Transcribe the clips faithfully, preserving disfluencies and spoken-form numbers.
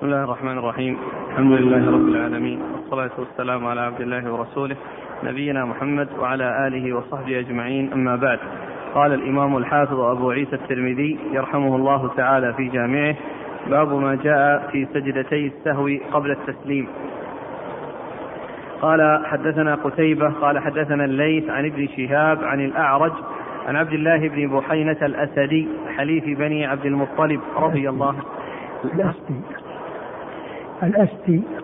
بسم الله الرحمن الرحيم. الحمد لله رب العالمين، والصلاة والسلام على عبد الله ورسوله نبينا محمد وعلى آله وصحبه أجمعين، أما بعد. قال الإمام الحافظ أبو عيسى الترمذي يرحمه الله تعالى في جامعه: باب ما جاء في سجدتي السهو قبل التسليم. قال حدثنا قتيبة قال حدثنا الليث عن ابن شهاب عن الأعرج عن عبد الله بن بحينة الأسدي حليف بني عبد المطلب رضي الله الأسدي الأسدي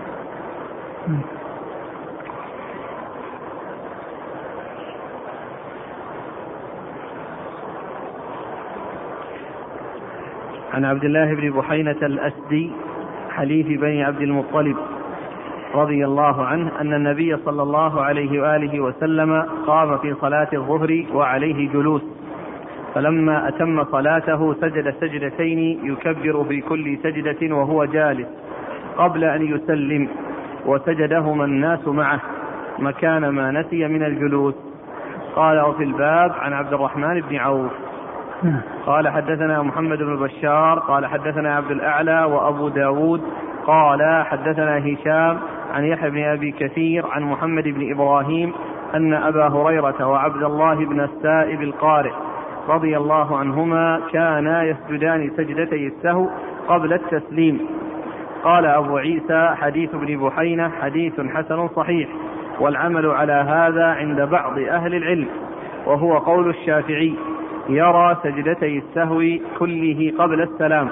عن عبد الله بن بحينة الأسدي حليف بني عبد المطلب رضي الله عنه أن النبي صلى الله عليه وآله وسلم قام في صلاة الظهر وعليه جلوس، فلما أتم صلاته سجد سجدتين يكبر في كل سجدة وهو جالس قبل أن يسلم، وسجدهما الناس معه مكان ما نسي من الجلوس. قال: وفي الباب عن عبد الرحمن بن عوف. قال حدثنا محمد بن بشار قال حدثنا عبد الأعلى وأبو داود قال حدثنا هشام عن يحيى بن أبي كثير عن محمد بن إبراهيم أن أبا هريرة وعبد الله بن السائب القارئ رضي الله عنهما كانا يسجدان سجدتي السهو قبل التسليم. قال أبو عيسى: حديث ابن بحينة حديث حسن صحيح، والعمل على هذا عند بعض أهل العلم، وهو قول الشافعي، يرى سجدتي السهو كله قبل السلام،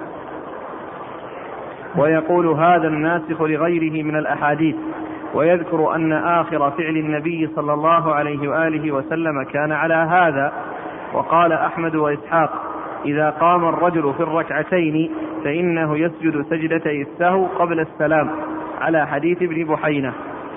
ويقول هذا الناسخ لغيره من الأحاديث، ويذكر أن آخر فعل النبي صلى الله عليه وآله وسلم كان على هذا. وقال أحمد وإسحاق: إذا قام الرجل في الركعتين فإنه يسجد سجدتي السهو قبل السلام، على حديث ابن بحينة.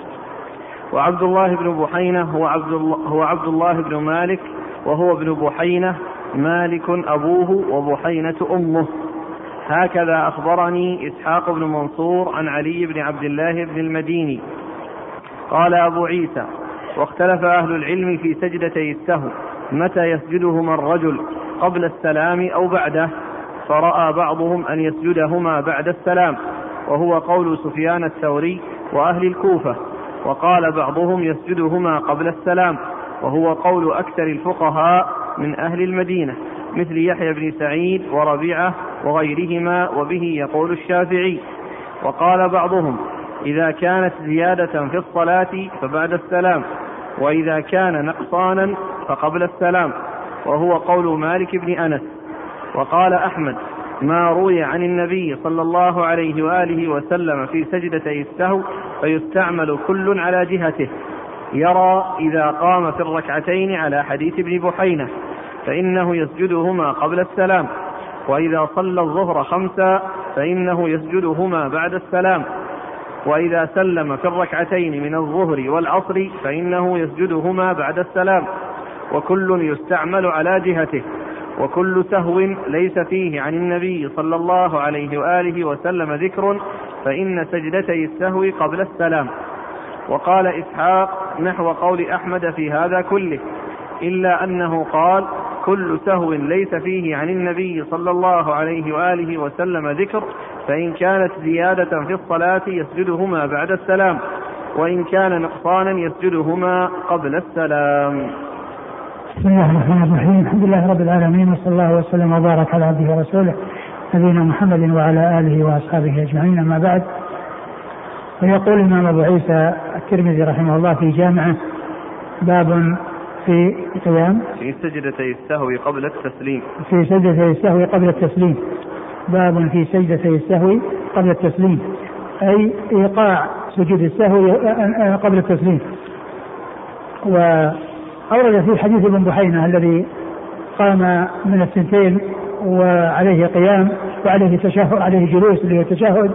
وعبد الله بن بحينة هو عبد الله, هو عبد الله بن مالك، وهو ابن بحينة مالك أبوه وبحينة أمه. هكذا أخبرني إسحاق بن منصور عن علي بن عبد الله بن المديني. قال أبو عيسى: واختلف أهل العلم في سجدتي السهو متى يسجدهما الرجل، قبل السلام أو بعده، فرأى بعضهم أن يسجدهما بعد السلام، وهو قول سفيان الثوري وأهل الكوفة، وقال بعضهم يسجدهما قبل السلام، وهو قول أكثر الفقهاء من أهل المدينة مثل يحيى بن سعيد وربيعة وغيرهما، وبه يقول الشافعي. وقال بعضهم: إذا كانت زيادة في الصلاة فبعد السلام، وإذا كان نقصانا فقبل السلام، وهو قول مالك بن أنس. وقال أحمد: ما روي عن النبي صلى الله عليه وآله وسلم في سجدتي السهو فيستعمل كل على جهته، يرى إذا قام في الركعتين على حديث ابن بحينة فإنه يسجدهما قبل السلام، وإذا صلى الظهر خمسا فإنه يسجدهما بعد السلام، وإذا سلم في الركعتين من الظهر والعصر فإنه يسجدهما بعد السلام، وكل يستعمل على جهته، وكل سهو ليس فيه عن النبي صلى الله عليه وآله وسلم ذكر فإن سجدتي السهو قبل السلام. وقال إسحاق نحو قول أحمد في هذا كله، إلا أنه قال: كل سهو ليس فيه عن النبي صلى الله عليه وآله وسلم ذكر فإن كانت زيادة في الصلاة يسجدهما بعد السلام، وإن كان نقصانا يسجدهما قبل السلام. بسم الله الرحمن الرحيم. الحمد لله رب العالمين، وصلى الله وسلم وبارك على عبده ورسوله نبينا محمد وعلى آله وأصحابه أجمعين، أما بعد. ويقول الإمام أبو عيسى الترمذي رحمه الله في جامعه: باب في قيام في سجدتي السهو قبل التسليم. في سجدتي السهو قبل التسليم. باب في سجدتي السهو قبل التسليم، أي إيقاع سجود السهو قبل التسليم. وأورد في حديث ابن بحينة الذي قام من الثنتين وعليه قيام وعليه تشهد، عليه جلوس اللي هو التشهد،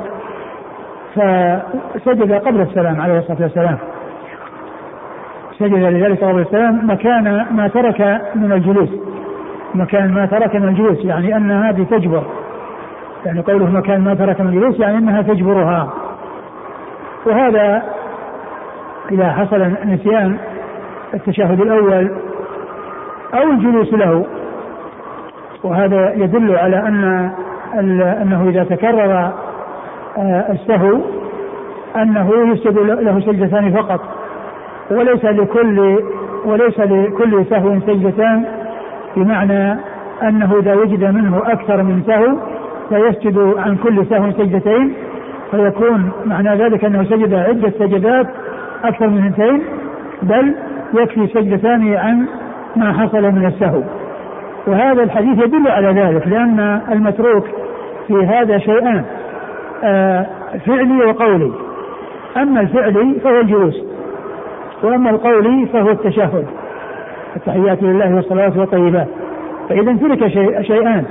فسجد قبل السلام عليه الصلاة والسلام، سجد لذلك قبل السلام مكان ما ترك من الجلوس، مكان ما ترك من الجلوس، يعني أن هذه تجبر، يعني قوله مكان ما ترك من الجلوس يعني أنها تجبرها. وهذا إذا حصل نسيان التشهد الأول أو الجلوس له، وهذا يدل على أن أنه إذا تكرر السهو أنه يسجد له سجدتان فقط، وليس لكل وليس لكل سهو سجدتان، بمعنى أنه إذا وجد منه أكثر من سهو فيسجد عن كل سهو سجدتين، فيكون معنى ذلك أنه سجد عدة سجدات أكثر من اثنتين، بل يكفي سجدتان عن ما حصل من السهو. وهذا الحديث يدل على ذلك، لأن المتروك في هذا شيئان، آه فعلي وقولي. أما الفعلي فهو الجلوس، وأما القولي فهو التشهد، التحيات لله والصلاة والطيبات. فإذا ترك شيء شيئان،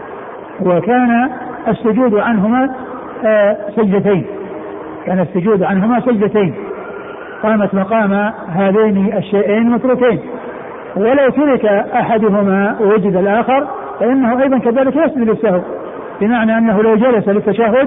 وكان السجود عنهما آه سجدتين، كان السجود عنهما سجدتين قامت مقام هذين الشيئين متروكين. ولو ترك أحدهما ووجد الآخر فإنه أيضا كذلك يسجد للسهو، بمعنى أنه لو جلس للتشهد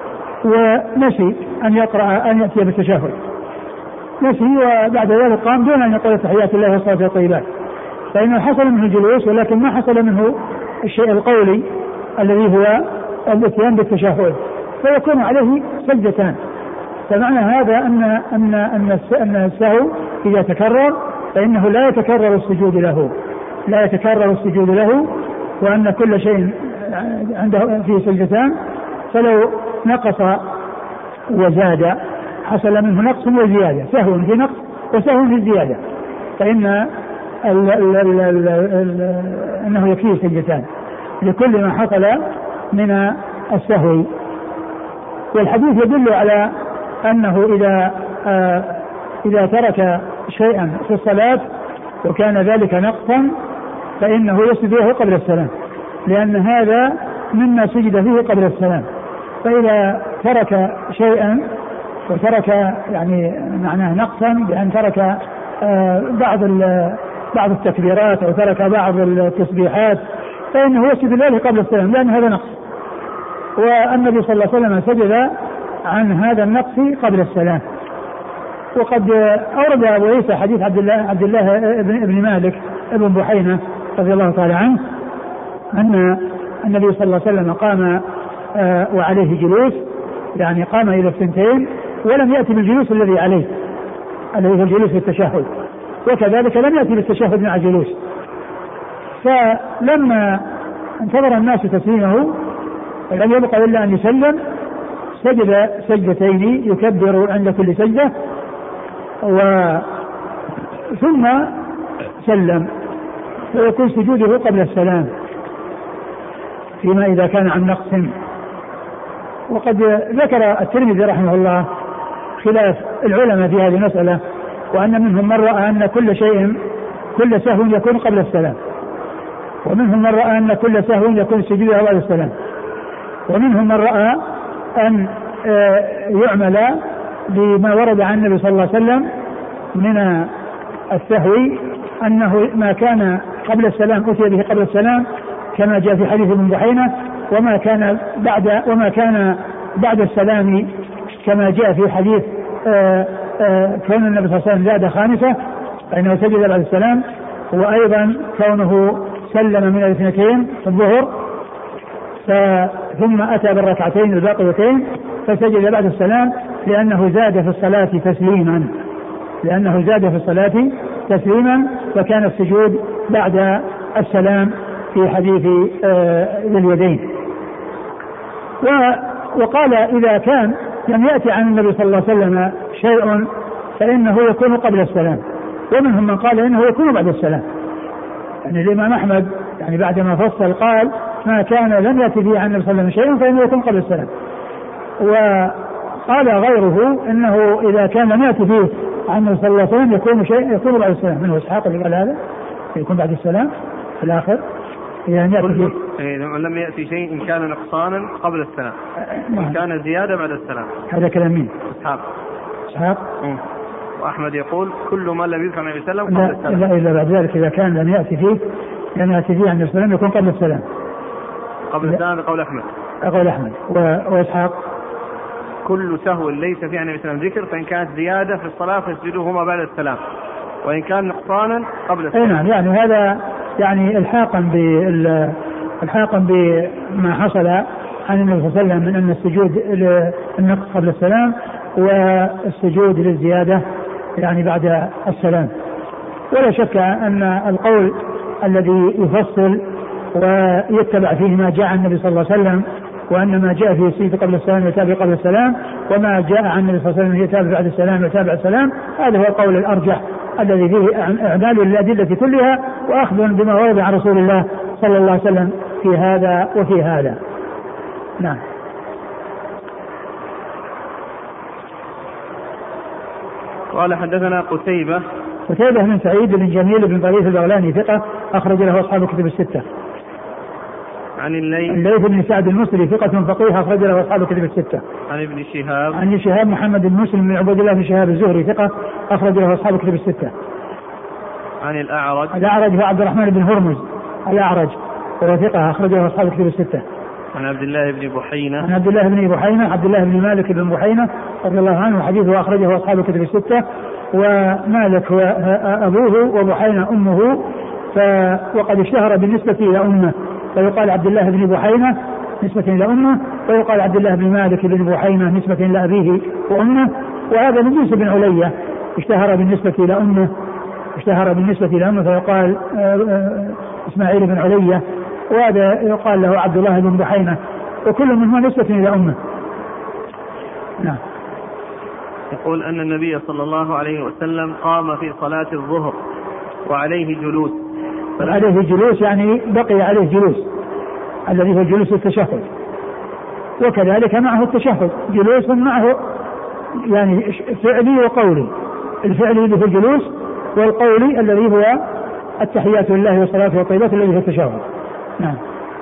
ونسي أن يقرأ أن يأتي بالتشهد، نسي وبعد ذلك قام دون أن يقول تحيات الله والصلاة والطيبات، فإنه حصل منه الجلوس ولكن ما حصل منه الشيء القولي الذي هو الاتيان بالتشهد، فيكون عليه سجدتان. فمعنى هذا أن أن أن أن السهو إذا تكرر فإنه لا يتكرر السجود له، لا يتكرر السجود له، وأن كل شيء عنده فيه سجدتان، فلو نقص وزاد حصل منه نقص وزيادة، سهو في نقص وسهو في زيادة، فإن ال ال ال ال ال أنه يكفيه سجدتان لكل ما حصل من السهو. والحديث يدل على أنه إذا آه إذا ترك شيئا في الصلاة وكان ذلك نقصا فإنه يسجد له قبل السلام، لأن هذا مما سجد فيه قبل السلام. فإذا ترك شيئا وترك يعني معناه نقصا بأن ترك آه بعض بعض التكبيرات أو ترك بعض التسبيحات فإنه يسجد له قبل السلام، لأن هذا نقص، والنبي صلى الله عليه وسلم سجد عن هذا النقص قبل السلام. وقد أورد أبو عيسى حديث عبد الله عبد الله ابن مالك ابن بحينة رضي الله تعالى عنه أن النبي صلى الله عليه وسلم قام آه وعليه جلوس، يعني قام إلى الثنتين ولم يأتي بالجلوس الذي عليه الذي هو الجلوس في التشهد، وكذلك لم يأتي بالتشهد مع الجلوس. فلما انتظر الناس تسليمه لم يبقى إلا أن يسلم، سجد سجدتين يكبر عند كل سجدة و ثم سلم، فيكون سجوده قبل السلام فيما إذا كان عن نقص. وقد ذكر الترمذي رحمه الله خلاف العلماء في هذه المسألة، وأن منهم من رأى أن كل شيء كل سهو يكون قبل السلام، ومنهم من رأى أن كل سهو يكون سجوده بعد السلام، ومنهم من رأى أن يعمل بما ورد عن النبي صلى الله عليه وسلم من السهو أنه ما كان قبل السلام أتي به قبل السلام كما جاء في حديث ابن بحينة، وما كان بعد وما كان بعد السلام كما جاء في حديث كون النبي صلى الله عليه وسلم زاد خامسة فإنه سجد بعد السلام، وأيضا كونه سلم من الاثنتين في الظهر ثم أتى بالركعتين الباقيتين فسجد بعد السلام، لأنه زاد في الصلاة تسليما لأنه زاد في الصلاة تسليما فكان السجود بعد السلام في حديث ذي اليدين. وقال إذا كان لم يأتي عن النبي صلى الله عليه وسلم شيء فإنه يكون قبل السلام، ومنهم من قال إنه يكون بعد السلام. يعني الإمام أحمد يعني بعدما فصل قال ما كان لم يأتي به عن النبي صلى الله عليه وسلم شيء فإنه يكون قبل السلام. وقال غيره إنه إذا كان لم يأتي به عن النبي صلى الله عليه وسلم يكون شيء يكون بعد السلام، منه إسحاق اللي قال هذا يكون بعد السلام في الآخر يعني يأتي إيه لم يأتي شيء إن كان نقصانا قبل السلام إن كان زيادة بعد السلام. هذا كلام مين؟ إسحاق إسحاق م. وأحمد يقول كل ما لم يذكر النبي صلى الله عليه وسلم قبل السلام. لا إلا بعد ذلك إذا كان لم يأتي فيه لم يأتي فيه عن النبي صلى الله عليه وسلم يكون قبل السلام قبل السلام بقول أحمد أقول أحمد وإسحاق كل سهو ليس فيه عن النبي صلى الله عليه وسلم ذكر فإن كانت زيادة في الصلاة فاسجدوهما بعد السلام وإن كان نقصانا قبل السلام. نعم يعني هذا يعني الحاقا بال الحاقا بما حصل عن النبي صلى الله عليه وسلم من أن السجود للنقص قبل السلام والسجود للزيادة يعني بعد السلام. ولا شك أن القول الذي يفصل ويتبع فيه ما جاء عن النبي صلى الله عليه وسلم وأن ما جاء فيه السجود قبل السلام يتابع قبل السلام وما جاء عن النبي صلى الله عليه وسلم يتابع بعد السلام يتابع السلام، هذا هو القول الأرجح الذي فيه إعمال للأدلة كلها وأخذ بما ورد عن رسول الله صلى الله عليه وسلم في هذا وفي هذا. نعم. قال حدثنا قتيبة قتيبة بن سعيد بن جميل بن طريف البغلاني ثقة أخرج له أصحاب الكتب الستة. عن الليث الليث بن سعد المصري ثقة فقيه أخرج له أصحاب الكتب الستة. عن ابن شهاب عن ابن شهاب محمد بن مسلم بن عبد الله بن شهاب الزهري ثقة أخرج له أصحاب الكتب الستة. عن الأعرج الأعرج هو عبد الرحمن بن هرمز الأعرج وهو ثقة أخرج له أصحاب الكتب الستة. عن عبد الله بن بحينة عن عبد الله بن بحينة عبد الله بن مالك بن بحينة رضي الله عنه حديثه أخرجه أصحاب الكتب الستة. ومالك هو أبوه وبحينة أمه ف... وقد اشتهر بالنسبة إلى أمه فيقال عبد الله بن بحينة نسبة إلى أمه ويقال عبد الله بن مالك بن بحينة نسبة إلى أبيه وأمه. وهذا من جنس بن علية اشتهر بالنسبة إلى أمه اشتهر بالنسبة إلى أمه فيقال إسماعيل بن علية وهذا يقال له عبد الله بن بحينة وكل منهما نسبة إلى أمه. نعم. يقول أن النبي صلى الله عليه وسلم قام في صلاة الظهر وعليه جلوس. عليه جلوس يعني بقي عليه جلوس الذي هو جلوس التشهد وكذلك معه التشهد جلوس معه يعني فعلي وقولي. الفعلي اللي هو الجلوس والقولي الذي هو التحيات لله والصلاة والطيبات الذي هو التشهد. نعم.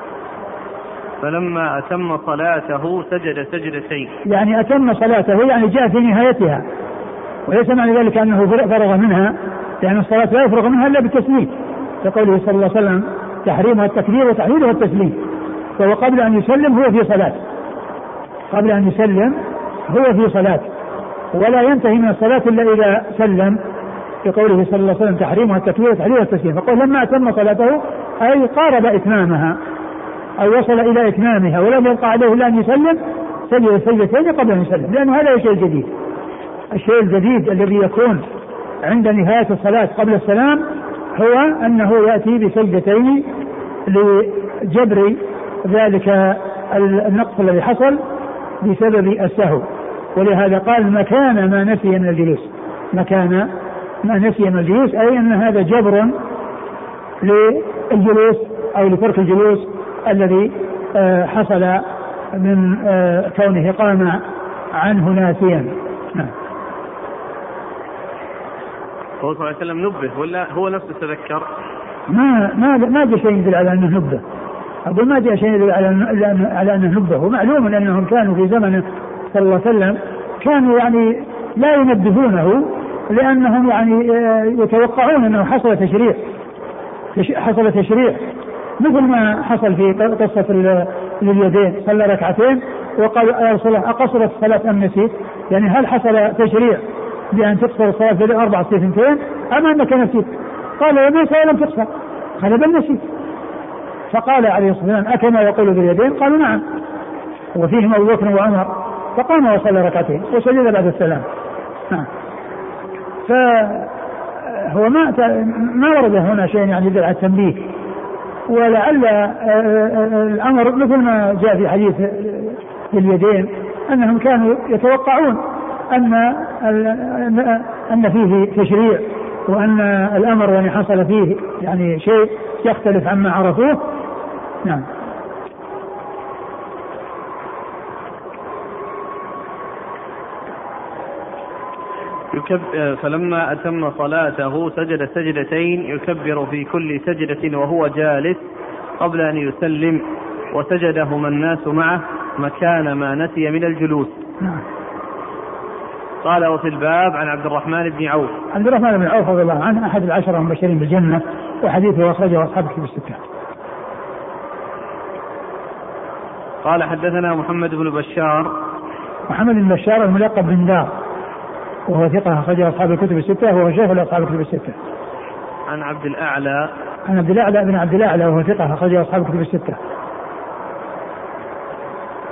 فلما أتم صلاته سجد سجدتين يعني أتم صلاته يعني جاء في نهايتها وليس معنى ذلك أنه فرغ منها لأن الصلاة لا يفرغ منها إلا بالتسليم فقوله صلى الله عليه وسلم تحريمها التكبير وتحليلها التسليم. فهو قبل أن يسلم هو في صلاة قبل أن يسلم هو في صلاة ولا ينتهي من الصلاة إلا إذا سلم بقوله صلى الله عليه وسلم تحريمها التكبير وتحليلها التسليم. فقال لما أتم صلاته أي قارب إتمامها أو وصل إلى إتمامها ولم يبقى عليه إلا أن يسلم سجد سجدتين قبل أن يسلم لأن هذا الشيء الجديد. الشيء الجديد الذي يكون عند نهاية الصلاة قبل السلام هو أنه يأتي بسجدتين لجبر ذلك النقص الذي حصل بسبب السهو. ولهذا قال مكان ما نسي من الجلوس مكان ما نسي من الجلوس أي أن هذا جبر للجلوس أو لترك الجلوس الذي حصل من كونه قام عنه ناسيا. نعم. هو صلى الله عليه وسلم نبه ولا هو نفسه تذكر؟ ما ما ما جاء شيء يدل على انه نبه. أقول ما جاء شيء يدل على على انه نبه. ومعلوم انهم كانوا في زمنه صلى الله عليه وسلم كانوا يعني لا ينبهونه لانهم يعني يتوقعون انه حصل تشريع حصل تشريع مثل ما حصل في قصة اليدين صلى ركعتين وقال يا رسول الله أقصرت الصلاة أم نسيت يعني هل حصل تشريع بأن تقصر الصلاة في أربع سنتين أم أنك نسيت؟ قال يديك ولم تقصر قال بل نسيت. فقال عليه الصلاة والسلام أكما يقول باليدين؟ قالوا نعم. وفيهم أبو بكر وعمر فقام وصلى ركعتين وسجد بعد السلام. نعم. فهو ما ما ورد هنا شيء يعني يدل على التنبيه ولعل الأمر مثل ما جاء في حديث اليدين أنهم كانوا يتوقعون أن أن فيه تشريع وأن الأمر يعني حصل فيه يعني شيء يختلف عما عرفوه. نعم. فلما أتم صلاته سجد سجدتين يكبر في كل سجدة وهو جالس قبل أن يسلم وسجدهما الناس معه مكان ما نسي من الجلوس. قال وفي الباب عن عبد الرحمن بن عوف عبد الرحمن بن عوف رضي الله عنه أحد العشرة المبشرين بالجنة وحديثه أخرجه أصحاب الكتب الستة. قال حدثنا محمد بن بشار محمد بن بشار الملقب بن دار وهو ثقة أخرجه أصحاب الكتب الستة وهو شيخ لأصحاب الكتب الستة. عن عبد الأعلى عن عبد الأعلى بن عبد الأعلى وهو ثقة أخرجه أصحاب الكتب الستة.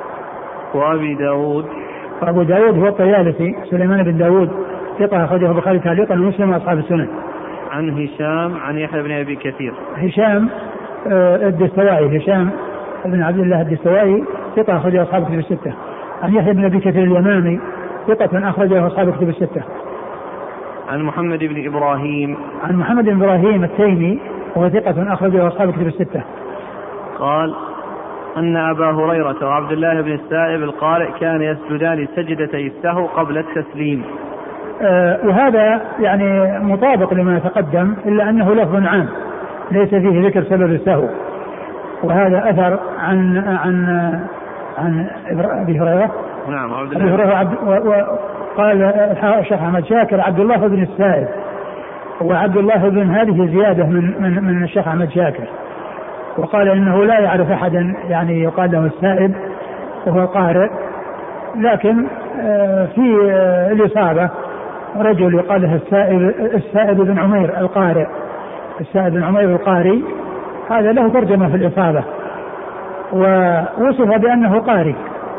وأبي داود. وأبو داود هو الطيالسي سليمان بن داود ثقة أخرجه البخاري تعليقا ومسلم وأصحاب السنن. عن هشام عن يحيى بن أبي كثير. هشام الدستوائي هشام بن عبد الله الدستوائي ثقة أخرجه أصحاب الكتب الستة. عن يحيى بن أبي كثير اليمامي ثقة أخرجه أصحاب الكتب الستة. عن محمد بن إبراهيم عن محمد بن إبراهيم التيمي وهو ثقة أخرجه أصحاب الكتب الستة. قال أن أبا هريرة وعبد الله بن السائب القارئ كان يسجدان سجدتي السهو قبل التسليم. آه وهذا يعني مطابق لما تقدم إلا أنه لفظ عام ليس فيه ذكر سبب السهو. وهذا أثر عن عن عن أبي هريرة. نعم أبي هريرة وقال الشيخ أحمد شاكر عبد الله بن السائب وعبد الله بن هذه زيادة من من من الشيخ أحمد شاكر. وقال إنه لا يعرف أحدا يعني يقال له السائب وهو قارئ. لكن في الإصابة رجل يقال له السائب السائب بن عمير القارئ السائب بن عمير القاري. هذا له ترجمة في الإصابة ووصف بأنه قارئ.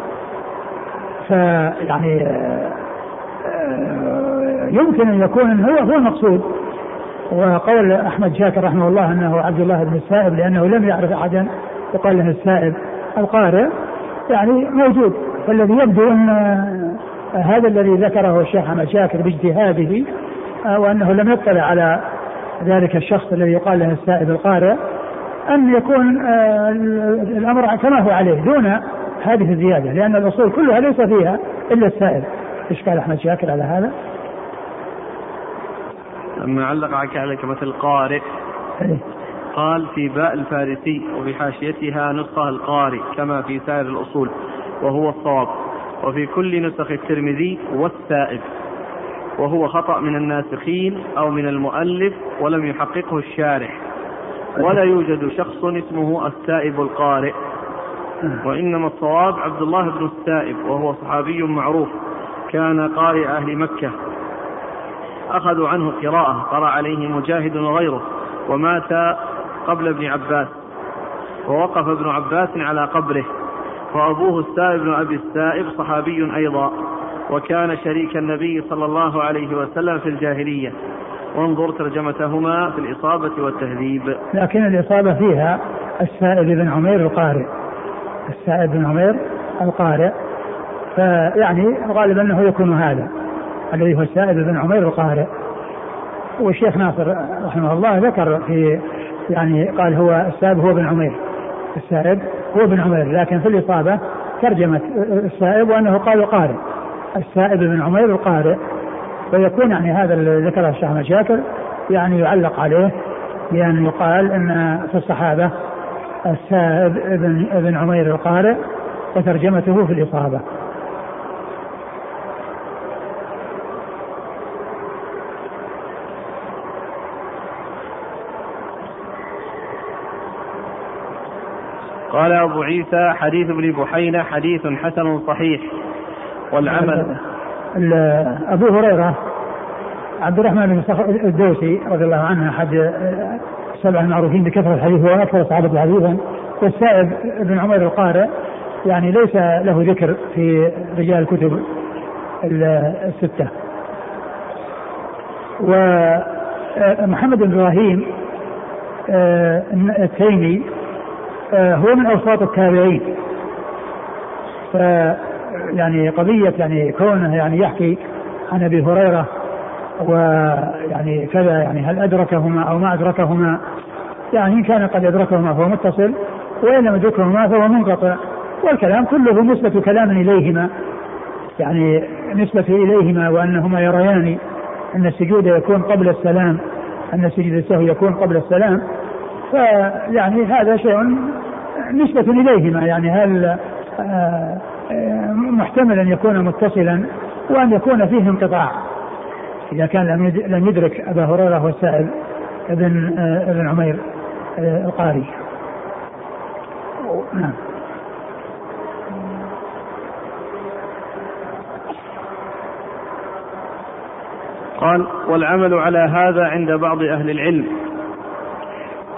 فيعني يمكن أن يكون هو هو المقصود. وقول أحمد شاكر رحمه الله أنه عبد الله بن السائب لأنه لم يعرف أحدا يقال له السائب القارئ يعني موجود. فالذي يبدو أن هذا الذي ذكره الشيخ أحمد شاكر باجتهاده وأنه لم يطلع على ذلك الشخص الذي يقال له السائب القارئ أن يكون الأمر كما هو عليه دون هذه الزيادة لأن الأصول كلها ليس فيها إلا السائب. إشكال أحمد شاكر على هذا لما علق على كلمة القارئ قال في باء الفارسي وفي حاشيتها نسخة القارئ كما في سائر الأصول وهو الصواب. وفي كل نسخ الترمذي والسائب وهو خطأ من الناسخين أو من المؤلف ولم يحققه الشارح. ولا يوجد شخص اسمه السائب القارئ وإنما الصواب عبد الله بن السائب وهو صحابي معروف كان قارئ أهل مكة أخذوا عنه قراءة قرأ عليه مجاهد وغيره ومات قبل ابن عباس ووقف ابن عباس على قبره. وأبوه السائب بن أبي السائب صحابي أيضا وكان شريك النبي صلى الله عليه وسلم في الجاهلية. وانظر ترجمتهما في الإصابة والتهذيب. لكن الإصابة فيها السائب بن عمير القارئ السائب بن عمير القارئ. فيعني غالبا أنه يكون هذا الذي هو السائب بن عمير القارئ. والشيخ ناصر رحمه الله ذكر في يعني قال هو السائب هو بن عمير السائب هو بن عمير لكن في الإصابة ترجمة السائب وأنه قال قارئ السائب بن عمير القارئ. ويكون يعني هذا اللي ذكره الشيخ أحمد شاكر يعني يعلق عليه لأن يقال أن في الصحابة السائب بن, بن عمير القارئ وترجمته في الإصابة. قال أبو عيسى حديث ابن بحينة حديث حسن صحيح. والعمل أبو هريرة عبد الرحمن بن صخر الدوسي رضي الله عنه أحد السبع المعروفين بكثرة الحديث وأكثر صحابة حديثا. والسائب بن عمير القارئ يعني ليس له ذكر في رجال الكتب الستة. ومحمد بن إبراهيم التيمي هو من أوساط التابعين. ف يعني قضية يعني كونه يعني يحكي عن أبي هريرة ويعني كذا يعني هل أدركهما أو ما أدركهما يعني إن كان قد أدركهما فهو متصل وإن لم أدركهما فهو منقطع. والكلام كله نسبة كلام إليهما يعني نسبة إليهما وأنهما يريان أن السجود يكون قبل السلام أن السجود السهو يكون قبل السلام. فيعني هذا شيء نسبة إليهما يعني هل آه محتمل أن يكون متصلا وأن يكون فيه انقطاع إذا كان لم يدرك أبا هريرة والسائب ابن ابن عمير القاري. نعم. قال والعمل على هذا عند بعض أهل العلم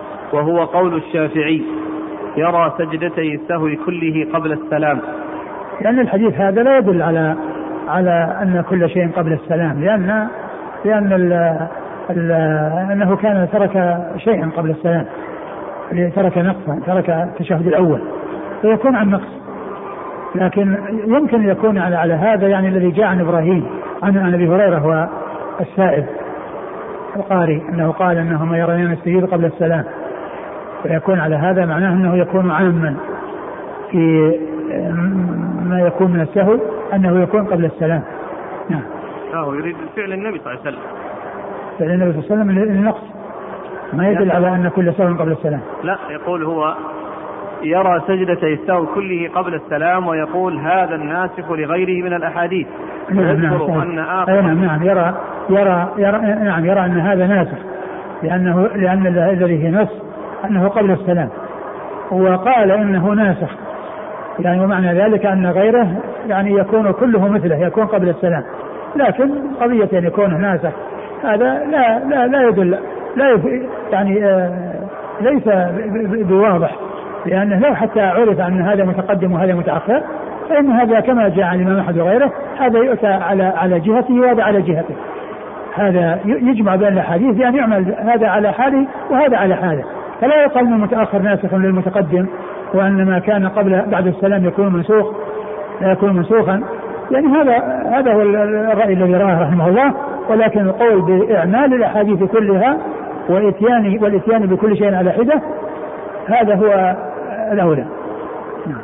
وهو قول الشافعي يرى سجدتي السهو كله قبل السلام لأن الحديث هذا لا يدل على على أن كل شيء قبل السلام، لأن لأن ال ال أنه كان ترك شيئا قبل السلام، ترك نقصا، ترك التشهد الأول، فيكون عن نقص. لكن يمكن يكون على على هذا يعني الذي جاء عن إبراهيم عن أبي هريرة هو السائب القاري أنه قال أنهما يريان السجود قبل السلام، فيكون على هذا معناه أنه يكون عاما في ما يكون من السهو أنه يكون قبل السلام. نعم. هو يريد فعل النبي صلى الله عليه وسلم، فعل النبي صلى الله عليه وسلم للنقص، ما يدل على أن كل سهو قبل السلام. لا، يقول هو يرى سجدة السهو كله قبل السلام ويقول هذا الناسخ لغيره من الأحاديث. نعم نعم أن آخر نعم نعم يرى يرى يرى نعم يرى أن هذا ناسخ، لأنه لأن الذي نص أنه قبل السلام، وقال إنه ناسخ يعني ومعنى ذلك أن غيره يعني يكون كله مثله، يكون قبل السلام. لكن قضية أن يكون ناسخ هذا لا لا لا يدل لا يعني آه ليس بواضح، لأنه لو حتى عرف أن هذا متقدم وهذا متأخر فإن هذا كما جاء عن الإمام أحمد وغيره هذا يؤتى على على جهته وهذا على جهته، هذا يجمع بين الأحاديث يعني يعمل هذا على حاله وهذا على حاله، فلا يقال من المتأخر ناسخ للمتقدم وأن ما كان قبل بعد السلام يكون منسوخ لا يكون منسوخا. يعني هذا هذا هو الرأي الذي راه رحمه الله، ولكن القول بإعمال الأحاديث كلها والإتيان والإتيان بكل شيء على حدة هذا هو الأولى. نعم.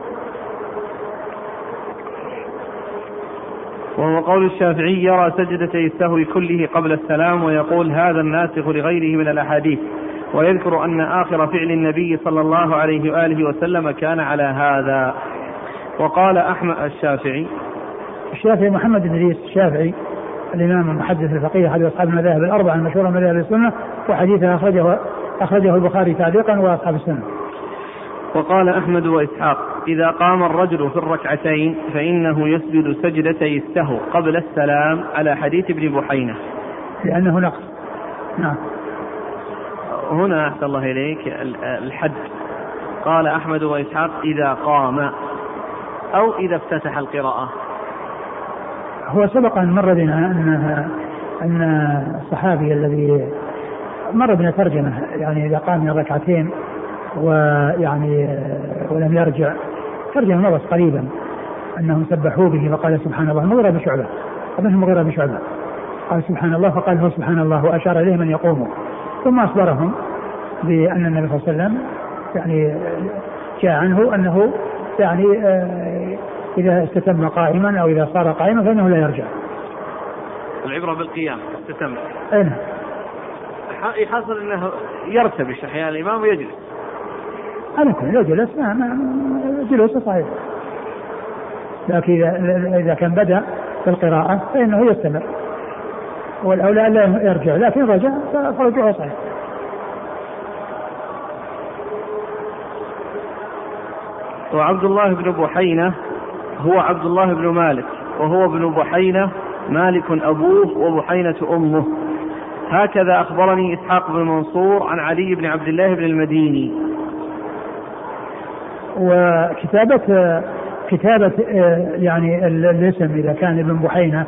وهو قول الشافعي يرى سجدتي السهو كله قبل السلام ويقول هذا الناسخ لغيره من الأحاديث، ويذكر أن آخر فعل النبي صلى الله عليه وآله وسلم كان على هذا. وقال أحمد الشافعي الشافعي محمد بن إدريس الشافعي الإمام المحدث الفقيه أحد أصحاب المذاهب الأربعة المشهورة من مذاهب السنة، وحديثه أخرجه أخرجه البخاري تعليقا وأصحاب السنة. وقال أحمد وإسحاق إذا قام الرجل في الركعتين فإنه يسجد سجدتي السهو قبل السلام على حديث ابن بحينة لأنه نقص. نعم. هنا أحسن الله إليك الحد، قال أحمد وإسحاق إذا قام أو إذا افتتح القراءة. هو سبق أن مر بنا أن أن الصحابي الذي مر بنا ترجمة يعني إذا قام من ركعتين ويعني ولم يرجع، ترجمة مرت قريبا أنهم سبحوا به وقال سبحان الله، مغيرة بشعبة أبنهم مغيرة بشعبة قال سبحان الله فقال هو سبحان الله وأشار إليه من يقوموا، ثم أخبرهم بأن النبي صلى الله عليه وسلم يعني جاء عنه أنه يعني إذا استتم قائما أو إذا صار قائما فإنه لا يرجع. العبرة بالقيام استتم. أين يحصل أنه يرتبش أحيانا الإمام ويجلس. أنا كنت لو جلس ما ما جلوس صحيح، لكن إذا إذا كان بدأ في القراءة فإنه يستمر، والأولى لا يرجع، لكن رجع فرجعه صحيح. وعبد الله بن بحينة هو عبد الله بن مالك، وهو ابن بحينة مالك أبوه وبحينة أمه. هكذا أخبرني إسحاق بن منصور عن علي بن عبد الله بن المديني. وكتابة كتابة يعني الاسم إذا كان ابن بحينة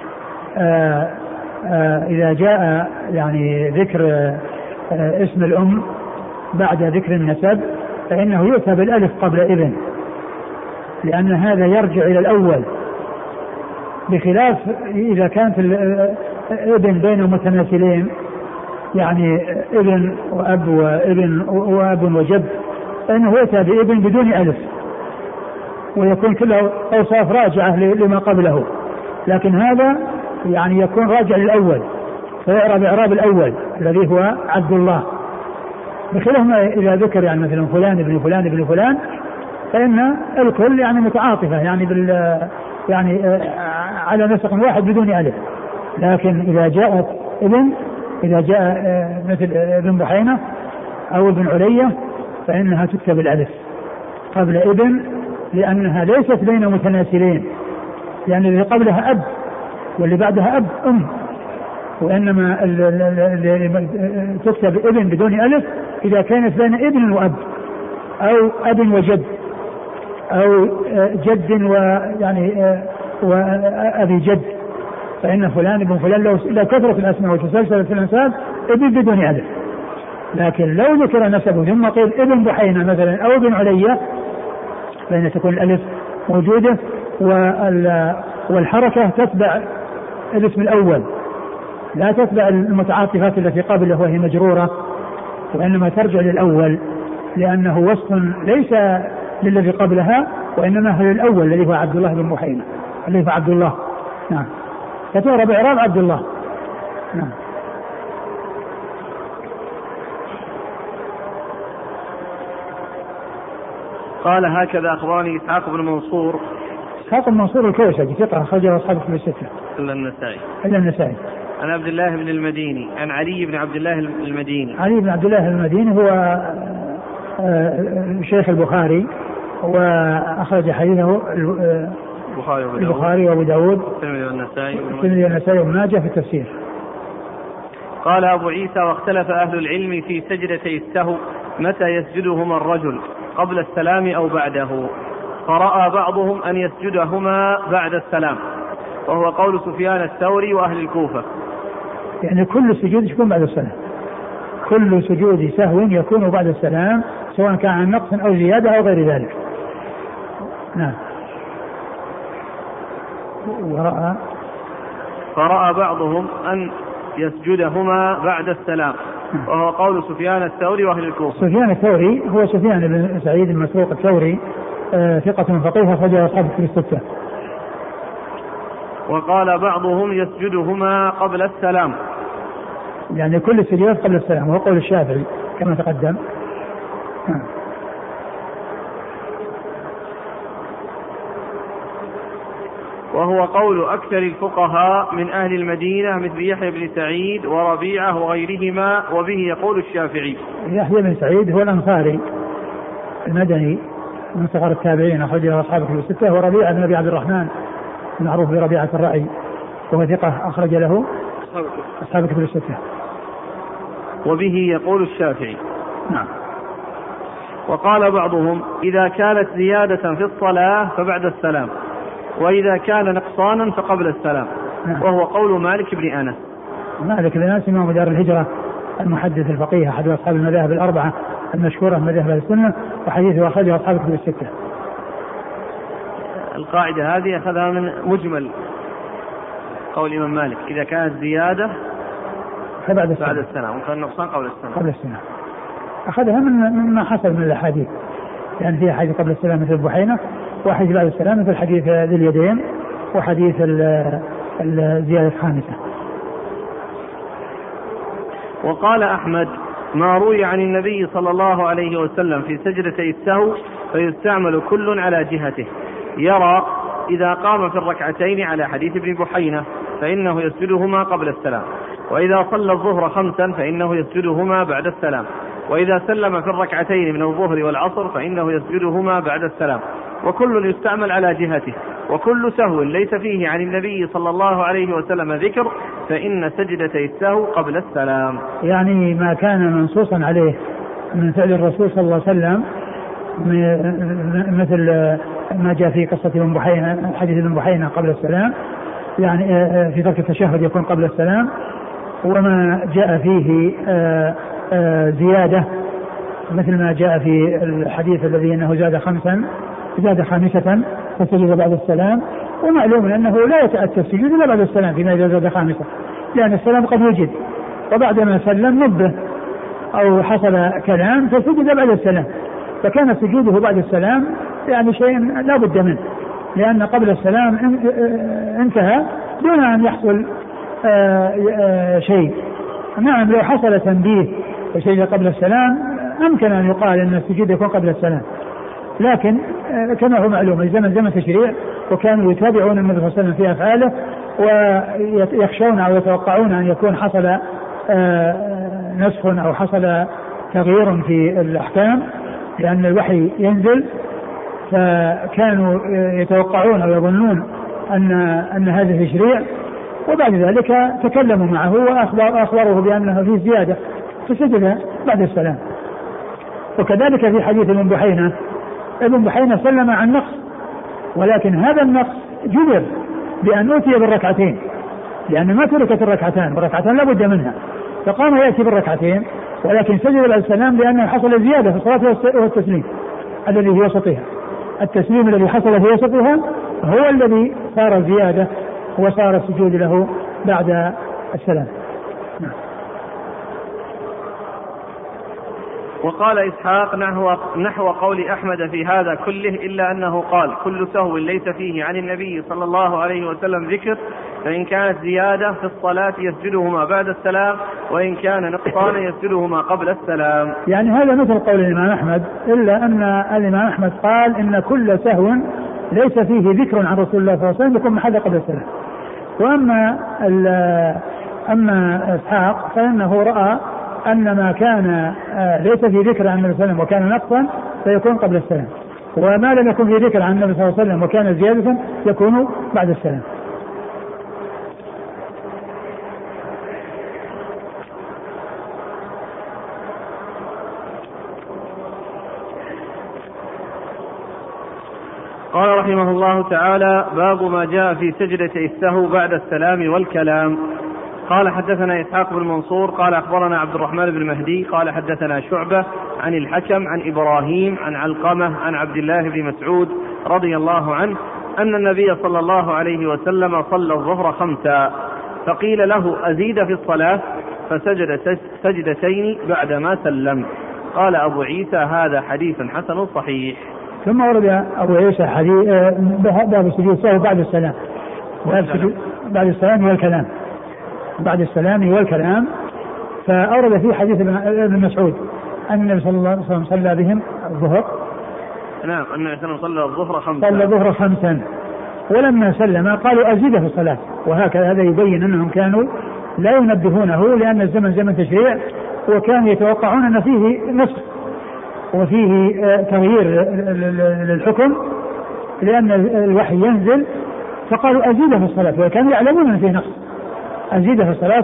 إذا جاء يعني ذكر اسم الأم بعد ذكر النسب فإنه يؤتى بالألف قبل ابن، لأن هذا يرجع إلى الأول، بخلاف إذا كانت ابن بين متماثلين يعني ابن وأب وابن وأب وجد فإنه يؤتى بابن بدون ألف ويكون كله أوصاف راجعة لما قبله، لكن هذا يعني يكون راجع للأول فيعرب إعراب الأول الذي هو عبد الله، بخلاف ما إذا ذكر يعني مثلا فلان ابن فلان ابن فلان فإن الكل يعني متعاطفة يعني بال يعني على نسق واحد بدون ألف، لكن إذا جاءت ابن إذا جاء مثل ابن بحينة أو ابن علية فإنها تكتب الألف قبل ابن، لأنها ليست بين متناسلين، يعني اللي قبلها أب واللي بعدها أب أم، وإنما تكتب ابن بدون ألف إذا كانت بين ابن وأب أو أب وجد، أو جد ويعني وأبي جد، فإن فلان ابن فلان لو لا كثرت الأسماء وتسلسل في الأنساب ابن بدون ألف. لكن لو ذكر نسبه ثم قيل ابن بحينة مثلا أو ابن علية فإن تكون الألف موجودة والحركة تتبع الاسم الأول لا تتبع المتعاطفات التي قبله وهي مجرورة، وإنما ترجع للأول لأنه وصف ليس للذي قبلها وإنما هو الأول الذي هو عبد الله بن بحينة الذي هو عبد الله. نعم. فتعرب إعراب عبد الله. نعم. قال هكذا أخبرني إسحاق بن منصور. إسحاق بن منصور الكوسجي ثقة أخرجه أصحاب الكتب الستة إلا النسائي. إلا النسائي. عن عبد الله بن المديني عن علي بن عبد الله المديني. علي بن عبد الله المديني هو شيخ البخاري وأخرج حديثه البخاري وأبو داود والترمذي والنسائي وابن ماجه في التفسير. قال أبو عيسى واختلف أهل العلم في سجدتي السهو متى يسجدهما الرجل قبل السلام أو بعده، فرأى بعضهم أن يسجدهما بعد السلام وهو قول سفيان الثوري وأهل الكوفة. يعني كل سجود يكون بعد السلام، كل سجود سهو يكون بعد السلام سواء كان عن نقص أو زيادة أو غير ذلك. نعم. ورأى فرأى بعضهم أن يسجدهما بعد السلام وهو قول سفيان الثوري وأهل الكوفة. سفيان الثوري هو سفيان بن سعيد بن مسروق الثوري آه ثقة فقيه أخرجه أصحاب الكتب الستة. وقال بعضهم يسجدهما قبل السلام، يعني كل السجود قبل السلام وهو قول الشافعي كما تقدم. آه. وهو قول أكثر الفقهاء من أهل المدينة مثل يحيى بن سعيد وربيعة وغيرهما، وبه يقول الشافعي. يحيى بن سعيد هو الأنصاري المدني من صغار التابعين أخرجه أصحاب الكتب الستة، وربيعة بن أبي عبد الرحمن المعروف بربيعة الرأي وهو ثقة أخرج له أصحاب الكتب الستة. وبه يقول الشافعي. نعم. وقال بعضهم إذا كانت زيادة في الصلاة فبعد السلام، وإذا كان نقصانا فقبل السلام. نعم. وهو قول مالك بن أنس. مالك بن أنس إمام دار الهجرة المحدث الفقيه أحد أصحاب المذاهب الأربعة المشهورة من مذاهب السنة، وحديثه أخرجه أصحاب الكتب الستة. القاعدة هذه أخذها من مجمل قول الإمام مالك إذا كانت زيادة فبعد السلام بعد السلام وكان نقصان قبل السلام. قبل السلام أخذها من مما حصل من الأحاديث، لأن يعني فيها حديث قبل السلام مثل البحينة، وحديث بعد السلام مثل حديث ذي اليدين، وحديث الزيادة الخامسة. وقال أحمد ما روي عن النبي صلى الله عليه وسلم في سجدتي السهو فيستعمل كل على جهته، يرى إذا قام في الركعتين على حديث ابن بحينة فإنه يسجدهما قبل السلام، وإذا صلى الظهر خمسا فإنه يسجدهما بعد السلام، وإذا سلم في الركعتين من الظهر والعصر فإنه يسجدهما بعد السلام، وكل يستعمل على جهته، وكل سهو ليس فيه عن النبي صلى الله عليه وسلم ذكر فإن سجدتي السهو قبل السلام. يعني ما كان منصوصا عليه من فعل الرسول صلى الله عليه وسلم مثل ما جاء في قصة ابن بحينة حديث ابن بحينة قبل السلام، يعني في ترك التشهد يكون قبل السلام، وما جاء فيه زيادة مثل ما جاء في الحديث الذي أنه زاد خمسا زاد خامسة فسجد بعد السلام، ومعلوم أنه لا يتأتى السجود إلا بعد السلام فيما إذا زاد خامسة، لأن السلام قد وجد وبعدما سلم نبه أو حصل كلام فسجد بعد السلام، فكان سجوده بعد السلام يعني شيء لا بد منه، لأن قبل السلام انتهى دون أن يحصل شيء. نعم لو حصل تنبيه وشيء قبل السلام أمكن أن يقال أن السجود يكون قبل السلام، لكن كما هو معلوم الزمن زمن تشريع، وكانوا يتابعون النبي صلى الله عليه وسلم في أفعاله ويخشون أو يتوقعون أن يكون حصل نسخ أو حصل تغيير في الأحكام، لأن الوحي ينزل، فكانوا يتوقعون أو يظنون أن أن هذا تشريع، وبعد ذلك تكلموا معه وأخبروه بأنه فيه زيادة فسجد بعد السلام. وكذلك في حديث ابن بحينة ابن بحينة سلم عن نقص، ولكن هذا النقص جبر بأن أتي بالركعتين، لأن ما تركت الركعتان، والركعتان لا بد منها، فقام يأتي بالركعتين، ولكن سجد بعد السلام لأنه حصل زيادة في الصلاة والتسليم الذي في وسطها. التسليم الذي حصل في وسطها هو الذي صار زيادة وصار السجود له بعد السلام. وقال إسحاق نحو, نحو قول أحمد في هذا كله، إلا أنه قال كل سهو ليس فيه عن النبي صلى الله عليه وسلم ذكر، فإن كانت زيادة في الصلاة يسجدهما بعد السلام، وإن كان نقصان يسجدهما قبل السلام. يعني هذا مثل قول الإمام أحمد، إلا أن الإمام أحمد قال إن كل سهو ليس فيه ذكر عن رسول الله صلى الله عليه وسلم يكون محل قبل السلام. وأما أما إسحاق فإنه رأى أن ما كان ليس في ذكر عن النبي صلى الله عليه وسلم وكان نقصا فيكون قبل السلام، وما لم يكن في ذكر عن النبي صلى الله عليه وسلم وكان زيادة يكون بعد السلام. قال رحمه الله تعالى: باب ما جاء في سجدتي السهو بعد السلام والكلام. قال حدثنا إسحاق بن منصور قال أخبرنا عبد الرحمن بن مهدي قال حدثنا شعبة عن الحكم عن إبراهيم عن علقمة عن عبد الله بن مسعود رضي الله عنه أن النبي صلى الله عليه وسلم صلى الظهر خمسا، فقيل له: أزيد في الصلاة؟ فسجد سجدتين بعدما سلم. قال أبو عيسى: هذا حديث حسن صحيح. ثم ورد أبو عيسى حديث باب السجود السهو بعد السلام، بعد السلام والكلام، بعد السلام والكلام. فأورد في حديث ابن مسعود أن النبي صلى الله عليه وسلم صلى بهم الظهر. نعم، أن النبي صلى الظهر خمسا صلى الظهر خمسا، ولما سلم قالوا أزيد في الصلاة. وهكذا هذا يبين أنهم كانوا لا ينبهونه، لأن الزمن زمن تشريع، وكانوا يتوقعون أن فيه نسخ وفيه تغيير للحكم، لأن الوحي ينزل، فقالوا أزيد في الصلاة، وكانوا يعلمون أن فيه نقص، أزيد في الصلاة،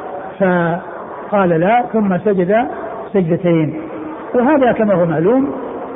فقال لا، ثم سجد سجدتين. وهذا كما هو معلوم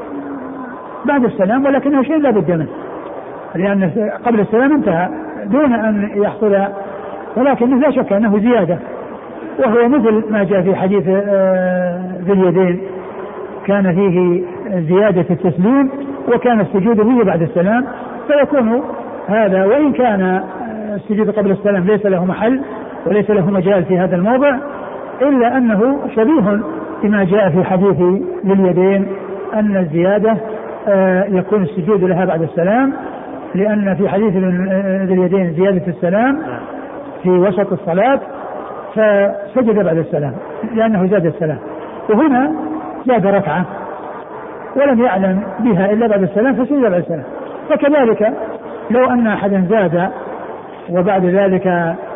بعد السلام، ولكنه شيء لا بد منه، لأن قبل السلام انتهى دون أن يحصل، ولكن لا شك أنه زيادة، وهو مثل ما جاء في حديث ذي اليدين، كان فيه زيادة التسليم وكان السجود فيه بعد السلام، فيكون هذا، وإن كان السجود قبل السلام ليس له محل وليس له مجال في هذا الموضع، إلا أنه شبيه بما جاء في حديث ذي اليدين أن الزيادة يكون السجود لها بعد السلام، لأن في حديث ذي اليدين زيادة السلام في وسط الصلاة فسجد بعد السلام لأنه زاد السلام، وهنا زاد ركعة ولم يعلم بها إلا بعد السلام فسجد بعد السلام. فكذلك لو أن أحدا زاد وبعد ذلك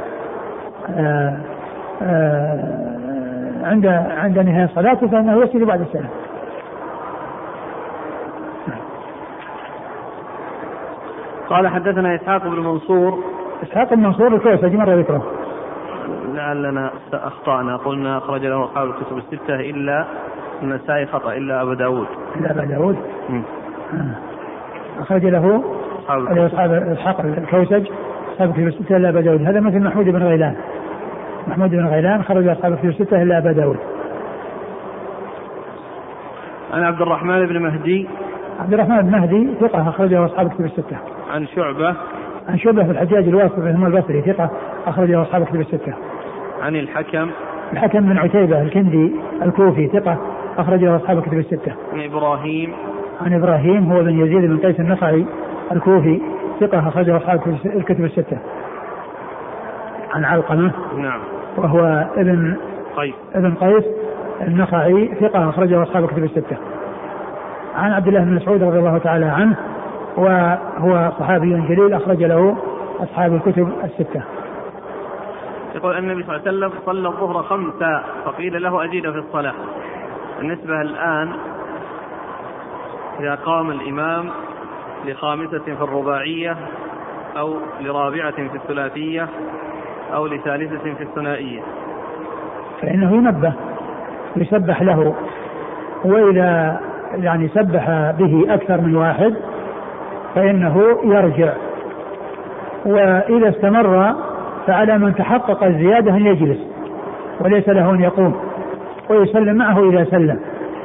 آآ آآ عند عند نهاية صلاته فإنه يسجد بعد السلام. قال حدثنا إسحاق بن منصور. إسحاق بن منصور الكوسجي مرة ذكره، لعلنا أخطأنا، قلنا أخرج له أصحاب الكتب الستة إلا النسائي خطأ إلا أبا داود. إلا أبا داود أخرج له أصحاب إسحاق الكوسج أصحاب الكتب الستة إلا أبا داود. هذا مثل محمود بن غيلان، محمود بن غيلان خرج أصحاب الكتب الستة إلا أبا داود. عن عبد الرحمن بن مهدي. عبد الرحمن بن مهدي ثقة أخرجه أصحاب الكتب الستة. عن شعبة. عن شعبة في الحجاج الواسطي هم البصري ثقة أخرجه أصحاب الكتب الستة. عن الحكم. الحكم بن عتيبة الكندي الكوفي ثقة أخرجه أصحاب الكتب الستة. عن إبراهيم. عن إبراهيم هو بن يزيد بن قيس النخعي الكوفي ثقة أخرجه أصحاب الكتب الستة. عن علقمة. نعم. وهو ابن قيس. ابن قيس النخعي ثقة أخرجه أصحاب الكتب الستة. عن عبد الله بن مسعود رضي الله تعالى عنه وهو صحابي جليل أخرج له أصحاب الكتب الستة. يقول النبي صلى الله عليه وسلم صلى الظهر خمسة فقيل له أزيد في الصلاة. بالنسبة الآن إذا قام الإمام لخامسة في الرباعية أو لرابعة في الثلاثية أو لثالثة في الثنائية فإنه ينبه يسبح له، وإذا يعني سبح به أكثر من واحد فإنه يرجع، وإذا استمر فعلى من تحقق الزيادة أن يجلس وليس له أن يقوم ويسلم معه إذا سلم.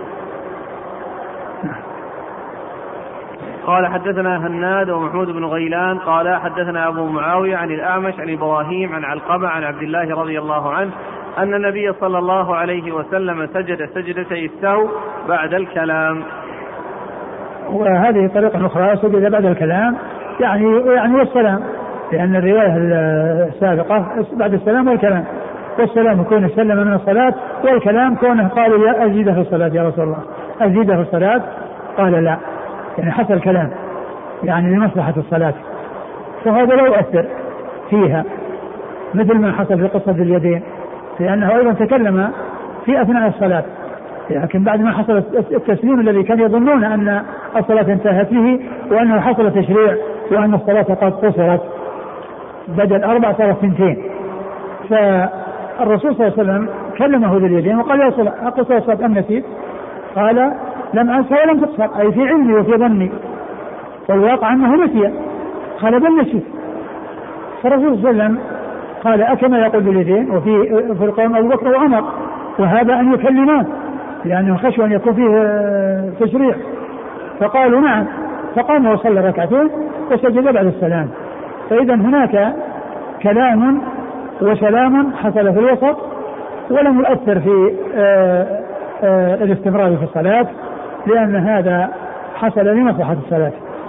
قال حدثنا هناد ومحمود بن غيلان قال حدثنا أبو معاوية عن الأعمش عن إبراهيم عن علقمة عن عبد الله رضي الله عنه أن النبي صلى الله عليه وسلم سجد سجدتي السهو بعد الكلام. وهذه طريقة أخرى سجد بعد الكلام يعني يعني والسلام، لأن الرواية السابقة بعد السلام والكلام، والسلام كونه سلم من الصلاة، والكلام كونه قال يا أزيد في الصلاة يا رسول الله أزيد في الصلاة، قال لا، يعني حصل كلام يعني لمصلحة الصلاة، فهذا لا يؤثر فيها مثل ما حصل في قصة اليدين، لأنه أيضا تكلم في أثناء الصلاة، لكن بعد ما حصل التسليم الذي كان يظنون أن الصلاة انتهت به وأنه حصل تشريع وأن الصلاة قد قصرت بدل أربع صارت ثنتين، فالرسول صلى الله عليه وسلم كلمه باليدين وقال يا صلاة أقصر الصلاة أم نسيت؟ قال لم أنسى ولم تقصر، أي في علمي وفي ظني، والواقع أنه نسي، قال بل نسيت. فالرسول صلى الله عليه وسلم قال أكما يقول باليدين، وفي في القوم أبو بكر وعمر وهذا أن يكلمان لأنه خشوا أن يكون فيه تشريع، فقالوا نعم، فقام وصلى ركعتين وسجد بعد السلام. فإذا هناك كلام وسلام حصل في الوسط ولم يؤثر في آآ آآ الاستمرار في الصلاة، لأن هذا حصل لمصلحة الصلاة.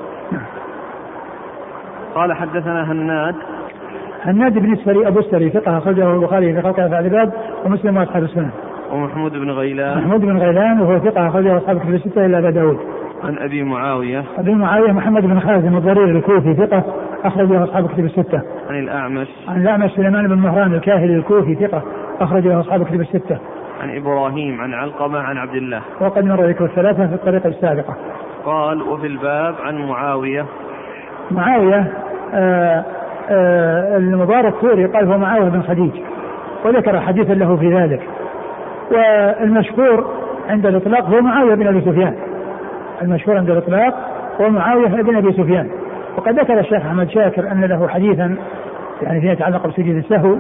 قال حدثنا هناد هناد بن السري أبو السري ثقة أخرجه البخاري في خلق أفعال العباد ومسلم وأصحاب السنن. ومحمود بن غيلان محمود بن غيلان وهو ثقة أخرجه أصحاب الكتب الستة إلا أبا داود. عن أبي معاوية أبي معاوية محمد بن خالد الضرير الكوفي ثقة أخرجه أصحاب الكتب الستة. عن الأعمش عن الأعمش سليمان بن مهران الكاهلي الكوفي ثقة أخرجه أصحاب الكتب الستة. عن إبراهيم عن علقمة عن عبد الله. وقد مر ذكر الثلاثة في الطريقة السابقة. قال وفي الباب عن معاوية معاوية آآ آآ المبارك فوري قال هو معاوية بن خديج، وذكر حديثا له في ذلك، والمشهور عند الإطلاق هو معاوية بن أبي سفيان، المشهور عند الإطلاق هو معاوية بن أبي سفيان. وقد ذكر الشيخ أحمد شاكر أن له حديثا يعني فيما يتعلق بسجود السهو،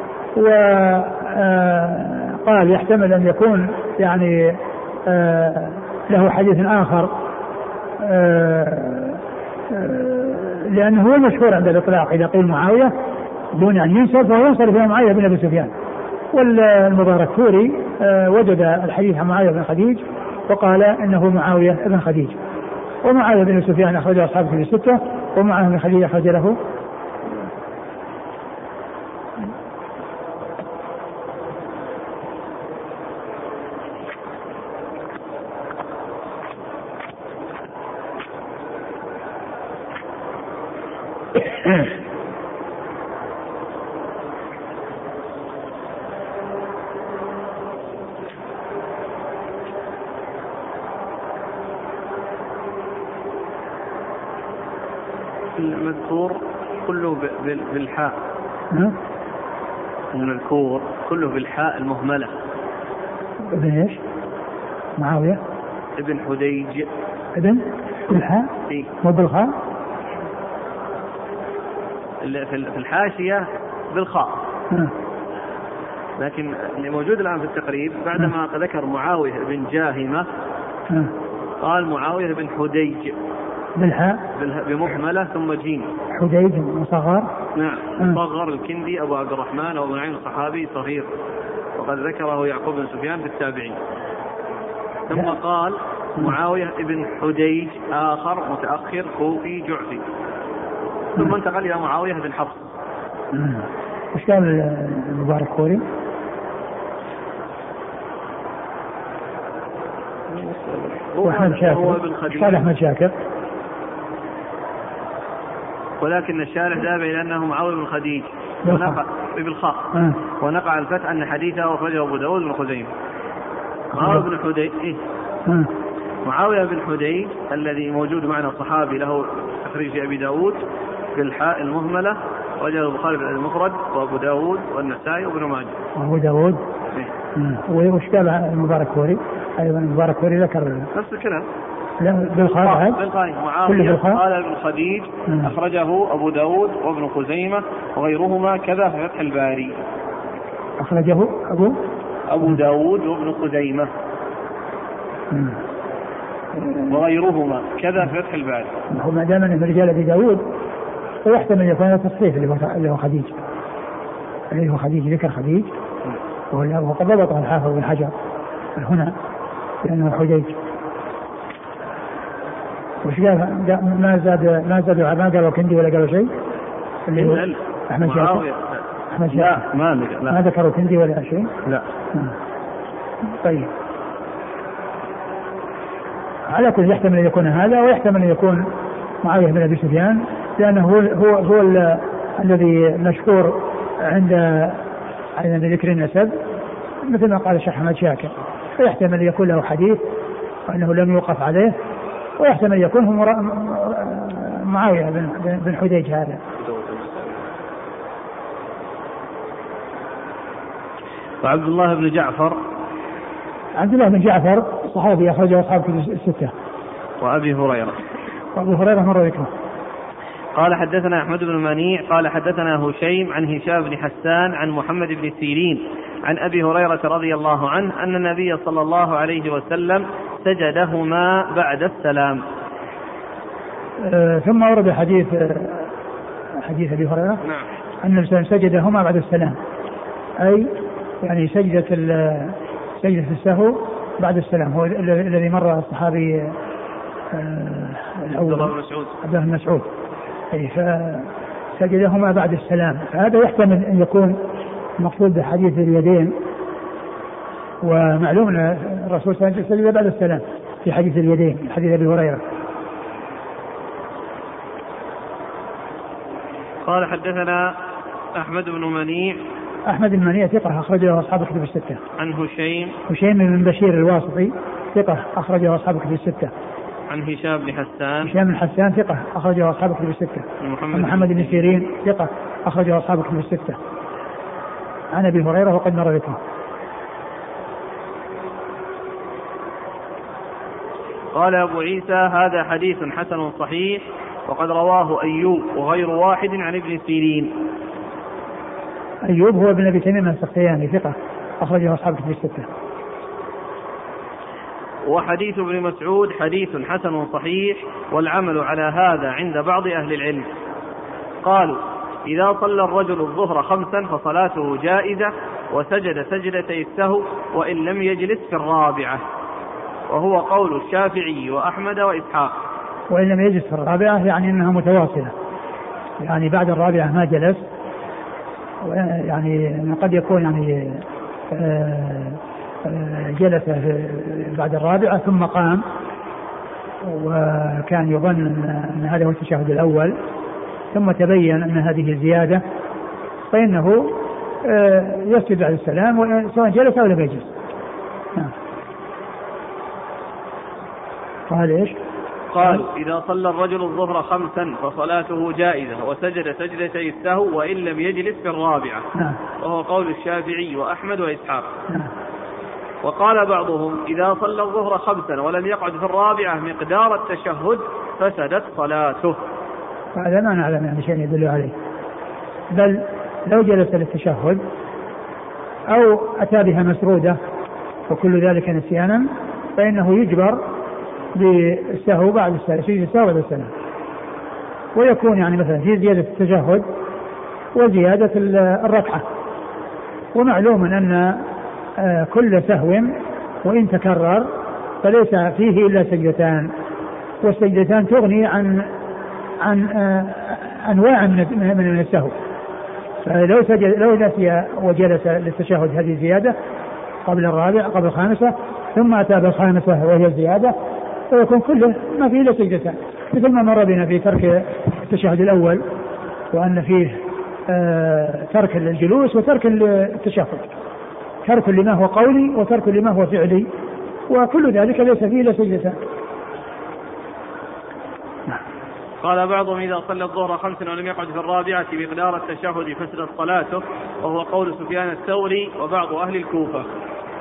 وقال يحتمل أن يكون يعني له حديث آخر لأنه هو المشهور عند الإطلاق، إذا قيل معاوية دون أن ينسب فهو ينصر إلى معاوية بن أبي سفيان. والمبارك فوري وجد الحديث عن معاوية بن خديج وقال إنه معاوية بن خديج. ومعاوية بن سفيان أخرج أصحاب الكتب الستة، ومعاوية بن خديج أخرج له المذكور كله بالحاء، المذكور كله بالحاء المهملة. ابن ايش؟ معاوية ابن حديج. ابن بالحاء إيه؟ مو بالخاء؟ في الحاشية بالخاء، لكن اللي موجود الآن في التقريب بعدما ذكر معاوية بن جاهمة قال معاوية بن حديج بالحاء بمهملة ثم جيم. حديج مصغر. نعم مصغر الكندي أبو عبد الرحمن أبو نعيم صحابي صغير، وقد ذكره يعقوب بن سفيان في التابعين. ثم قال معاوية بن حديج آخر متأخر كوفي جعفي، ثم انتقل إلى معاوية بن حفص. ايش قال المبارك كوري؟ هو أحمد شاكر. قال أحمد شاكر، ولكن الشارح ذهب إلى أنه معاوية بن خديج ونقع بالخاء، ونقع الفتح أن حديثه أخرجه أبو داود بن خزيمة. معاوية بن حديج إيه؟ معاوية بن حديج الذي موجود معنا الصحابي له تخريج في أبي داود بالحاء المهملة، وجد البخاري في المفرد وأبو داود والنسائي وابن ماجه. أبو داود إيه؟ وش قال المبارك كوري؟ أيضا المبارك كوري ذكر نفس الكلام. لا بالخاء بالخاء. معاوية قال ابن خديج مم. أخرجه أبو داود وابن خزيمة وغيرهما كذا في فتح الباري. أخرجه أبو أبو داود وابن خزيمة مم. وغيرهما كذا في فتح الباري. هو ما دام من رجال أبي داود ويحتمل يكون التصحيح اللي هو خديج اللي هو خديج ذكر خديج وقد ضبطه الحافظ بن حجر هنا لأنه حجيج. وش قال؟ ما زاد ما زاد ما قالوا كندي ولا قالوا شيء. اللي هو أحمد شاكر. أحمد شاكر. لا ما لا. ما ذكروا كندي ولا شيء. لا. طيب. على كل يحتمل أن يكون هذا ويحتمل أن يكون معاوية بن أبي سفيان لأنه هو هو هو الذي مشهور عند عند ذكر النسب مثل ما قال الشيخ أحمد شاكر. فيحتمل أن يكون له حديث وأنه لم يوقف عليه ويحتمل يكون هو معاوية بن حديج هذا. وعبد الله بن جعفر. عبد الله بن جعفر صحابي أخرجه أصحاب كتب الستة. وأبي هريرة. وأبو هريرة مرة ذكره. قال حدثنا أحمد بن منيع قال حدثنا هشيم عن هشام بن حسان عن محمد بن سيرين عن أبي هريرة رضي الله عنه أن النبي صلى الله عليه وسلم سجدهما بعد السلام. أه ثم ورد حديث حديث أبي هريرة نعم. أن الإنسان سجدهما بعد السلام أي يعني سجدة سجدة السهو بعد السلام هو الذي مر الصحابي الأول عبد الله بن مسعود أي فسجدهما بعد السلام. فهذا يحتمل أن يكون مقصود بحديث اليدين ومعلوم أن الرسول صلى الله عليه وسلم سجد بعد السلام في حديث اليدين حديث أبي هريرة. قال حدثنا أحمد بن منيع. أحمد بن منيع ثقة أخرجه أصحاب الكتب الستة. عن هشيم. هشيم بن بشير الواسطي ثقة أخرجه أصحاب الكتب الستة. عن هشام بن حسان. هشام بن حسان ثقة أخرجه أصحاب الكتب الستة. محمد, محمد بن سيرين ثقة أخرجه أصحاب الكتب الستة. عن أبي هريرة وقد مر ذكره. قال أبو عيسى هذا حديث حسن صحيح وقد رواه أيوب وغير واحد عن ابن سيرين. أيوب هو ابن أبي تميم السختياني ثقة أخرجه أصحاب الكتب الستة. وحديث ابن مسعود حديث حسن صحيح والعمل على هذا عند بعض أهل العلم. قالوا إذا صلى الرجل الظهر خمسا فصلاته جائزة وسجد سجدتي السهو وإن لم يجلس في الرابعة وهو قول الشافعي وأحمد وإسحاق. وإن لم يجلس في الرابعة يعني أنها متواصلة يعني بعد الرابعة ما جلس يعني قد يكون يعني جلس بعد الرابعة ثم قام وكان يظن أن هذا هو التشهد الأول ثم تبين أن هذه زيادة فإنه يسجد بعد السلام سواء جلس أو لم يجلس. قال إيش؟ قال إذا صلى الرجل الظهر خمسا فصلاته جائزة وسجد سجدتي السهو وإن لم يجلس في الرابعة وهو قول الشافعي وأحمد وإسحاق. وقال بعضهم إذا صلى الظهر خمسا ولم يقعد في الرابعة مقدار التشهد فسدت صلاته. هذا ما نعلم يعني شيء يدل عليه بل لو جلس للتشهد أو أتى بها مسرودة وكل ذلك نسيانا فإنه يجبر بالسهو بعد السهو بعد السلام ويكون يعني مثلا في زيادة التشهد وزيادة الركعة. ومعلوم أن كل سهو وإن تكرر فليس فيه إلا سجدتان والسجدتان تغني عن عن أنواع من السهو. فلو سجد لو نسي وجلس للتشهد هذه زيادة قبل الرابع قبل الخامسة ثم أتى بالخامسة وهي الزيادة فيكون كله ما فيه إلا سجدتان مثل ما مر بنا في ترك التشهد الأول وأن فيه آه ترك الجلوس وترك التشهد ترك لما هو قولي وترك لما هو فعلي وكل ذلك ليس فيه إلا سجدتان. قال بعضهم إذا صلى الظهر خمسا ولم يقعد في الرابعة بمقدار التشهد فسدت صلاته وهو قول سفيان الثوري وبعض أهل الكوفة.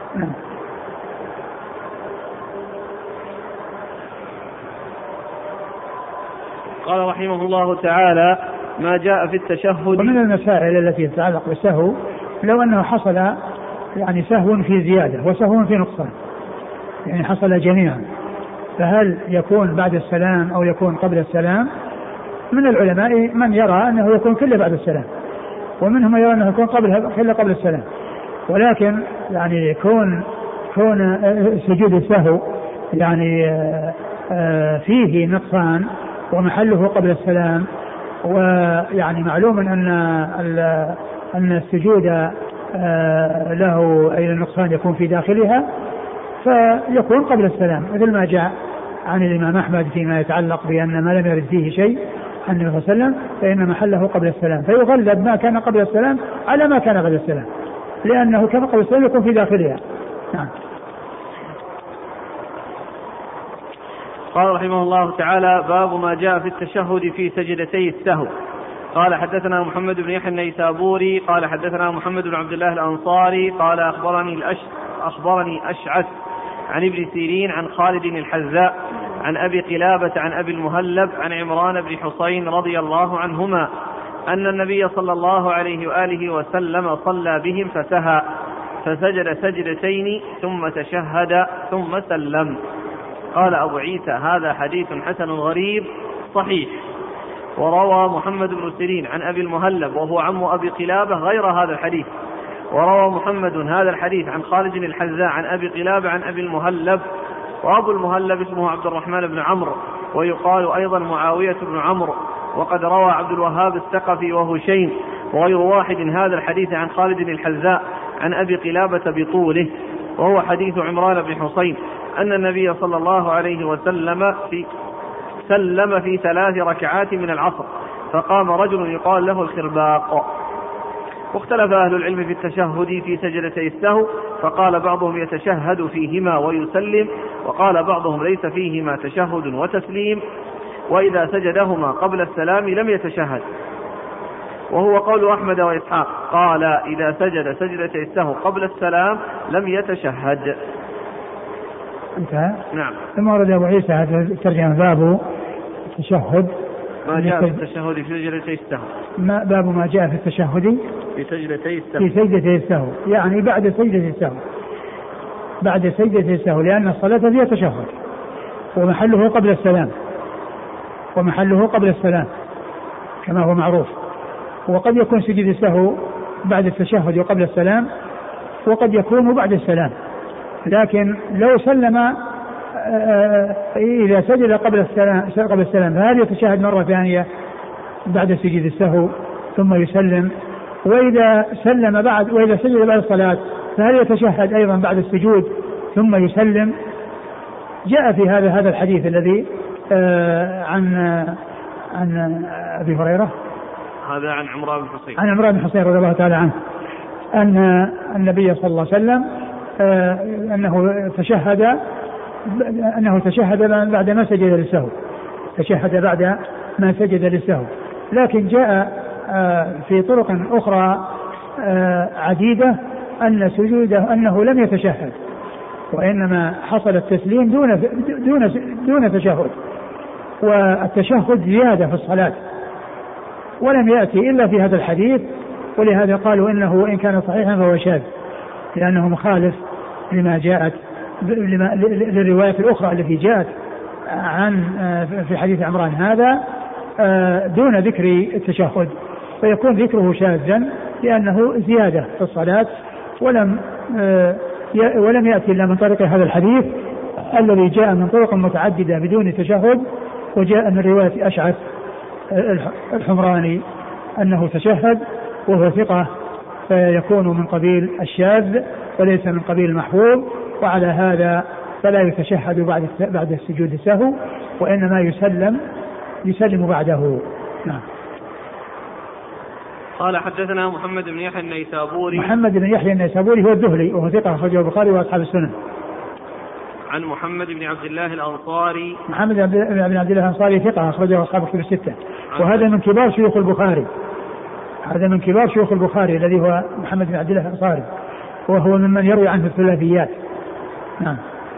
قال رحمه الله تعالى: ما جاء في التشهد. ومن المسائل التي تتعلق بالسهو لو أنه حصل يعني سهو في زيادة وسهو في نقصان، يعني حصل جميعا، فهل يكون بعد السلام أو يكون قبل السلام؟ من العلماء من يرى أنه يكون كله بعد السلام، ومنهم من يرى أنه يكون قبل كله قبل السلام، ولكن يعني كون كون سجود السهو يعني فيه نقصان ومحله قبل السلام، ويعني معلوم أن أن السجود له أي النقصان يكون في داخلها، فيكون قبل السلام، مثل ما جاء عن الإمام أحمد فيما يتعلق بأن ما لم يرد فيه شيء عن النبي صلى الله عليه وسلم فإن محله قبل السلام، فيغلب ما كان قبل السلام على ما كان قبل السلام، لأنه كان قبل السلام يكون في داخلها. نعم. قال رحمه الله تعالى: باب ما جاء في التشهد في سجدتي السهو. قال حدثنا محمد بن يحيى النيسابوري قال حدثنا محمد بن عبد الله الأنصاري قال أخبرني الأش أخبرني أشعث عن ابن سيرين عن خالد الحذاء عن أبي قلابة عن أبي المهلب عن عمران بن حسين رضي الله عنهما أن النبي صلى الله عليه وآله وسلم صلى بهم فسهى فسجد سجدتين ثم تشهد ثم سلم. قال أبو عيسى: هذا حديث حسن غريب صحيح. وروى محمد بن سيرين عن أبي المهلب وهو عم أبي قلابة غير هذا الحديث. وروى محمد هذا الحديث عن خالد الحذاء عن أبي قلابة عن أبي المهلب، وأبو المهلب اسمه عبد الرحمن بن عمرو ويقال أيضا معاوية بن عمرو. وقد روى عبد الوهاب الثقفي وهشيم وغير واحد هذا الحديث عن خالد الحذاء عن أبي قلابة بطوله، وهو حديث عمران بن حسين أن النبي صلى الله عليه وسلم في سلم في ثلاث ركعات من العصر، فقام رجل يقال له الخرباق. واختلف أهل العلم في التشهد في سجدتي السهو، فقال بعضهم يتشهد فيهما ويسلم، وقال بعضهم ليس فيهما تشهد وتسليم، وإذا سجدهما قبل السلام لم يتشهد، وهو قول أحمد وإسحاق. قال إذا سجد سجدتي السهو قبل السلام لم يتشهد. انتهى. نعم. ثم ورد أبو عيسى هذا الترجمة: باب التشهد ما جاء في التشهد في سجدتي السهو. ما باب ما جاء في التشهد في سجدتي السهو في سجدتي السهو يعني بعد سجدة السهو بعد سجدة السهو لأن الصلاة فيها تشهد ومحله قبل السلام ومحله قبل السلام كما هو معروف. وقد يكون سجد السهو بعد التشهد وقبل السلام، وقد يكون بعد السلام، لكن لو سلم إذا سجد قبل السلام قبل السلام فهل يتشهد مرة ثانية بعد سجد السهو ثم يسلم؟ وإذا سلم بعد وإذا سجد بعد الصلاة فهل يتشهد أيضا بعد السجود ثم يسلم؟ جاء في هذا هذا الحديث الذي عن عن أبي هريرة، هذا عن عمران بن حسين عن عمران بن حسين رضي الله تعالى عنه أن النبي صلى الله عليه وسلم أنه تشهد أنه تشهد بعد ما سجد للسهو تشهد بعد ما سجد للسهو. لكن جاء في طرق أخرى عديدة أن سجوده أنه لم يتشهد، وإنما حصل التسليم دون دون دون تشهد، والتشهد زيادة في الصلاة ولم يأتي إلا في هذا الحديث، ولهذا قالوا إنه وإن كان صحيحا فهو شاذ لأنه مخالف لما جاءت للرواية الأخرى التي جاءت عن في حديث عمران هذا دون ذكر التشهد، فيكون ذكره شاذا لأنه زيادة في الصلاة ولم ولم يأتي إلا من طريق هذا الحديث الذي جاء من طرق متعددة بدون تشهد. وجاء من رواية أشعث الحمراني أنه تشهد وهو ثقة، فيكون من قبيل الشاذ وليس من قبيل المحفوظ، وعلى هذا فلا يتشهد بعد بعد السجود السهو، وإنما يسلم يسلم بعده. نعم. قال حدثنا محمد بن يحيى النيسابوري. محمد بن يحيى النيسابوري هو الذهلي وهو ثقة أخرجه البخاري وأصحاب السنن. عن محمد بن عبد الله الأنصاري. محمد بن عبد الله الأنصاري ثقة أخرجه أصحاب الكتب الستة، وهذا من كبار شيوخ البخاري هذا من كبار شيوخ البخاري الذي هو محمد بن عبد الله الأنصاري، وهو ممن يروي عنه الثلاثيات. نعم.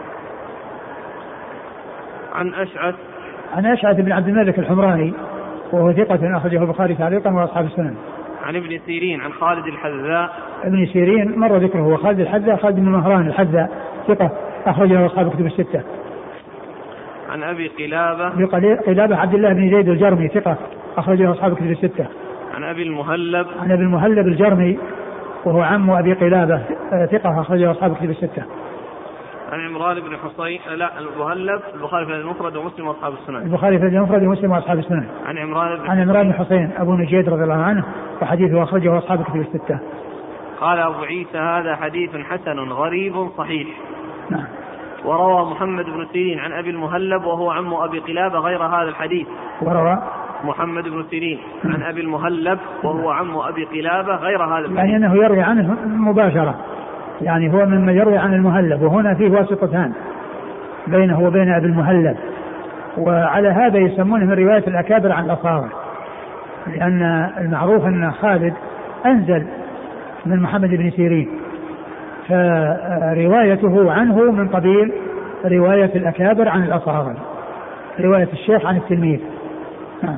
عن أشعث عن أشعث بن عبد الملك الحمراني وهو ثقة أخرجه البخاري تعليقا وأصحاب السنن. عن ابن سيرين عن خالد الحذاء. ابن سيرين مر ذكره، وخالد الحذاء خالد بن مهران الحذاء ثقة أخرجه أصحاب الكتب الستة. عن أبي قلابة قلابة عبد الله بن زيد الجرمي ثقة أخرجه أصحاب الكتب الستة. عن أبي المهلب عن أبي المهلب الجرمي وهو عم أبي قلابة ثقة أخرجه أصحاب الكتب الستة. عن عمران بن حصين لا المهلب البخاري في المفرد ومسلم واصحاب السنن. البخاري في المفرد ومسلم واصحاب السنن. عن عمران بن عن عمران بن حصين ابو نجيد رضي الله عنه وحديثه اخرجه اصحاب الكتب الستة. قال ابو عيسى هذا حديث حسن غريب صحيح. نعم. وروى محمد بن سيرين عن ابي المهلب وهو عم ابي قلابه غير هذا الحديث. وروى محمد بن سيرين عن ابي المهلب وهو عم ابي قلابه غير هذا الحديث. يعني انه يروي عنه مباشرة، يعني هو مما يروي عن المهلب، وهنا فيه واسطتان بينه وبين أبي المهلب، وعلى هذا يسمونه من رواية الأكابر عن الأصاغر، لأن المعروف أن خالد أنزل من محمد بن سيرين، فروايته عنه من قبيل رواية الأكابر عن الأصاغر، رواية الشيخ عن التلميذ. ها.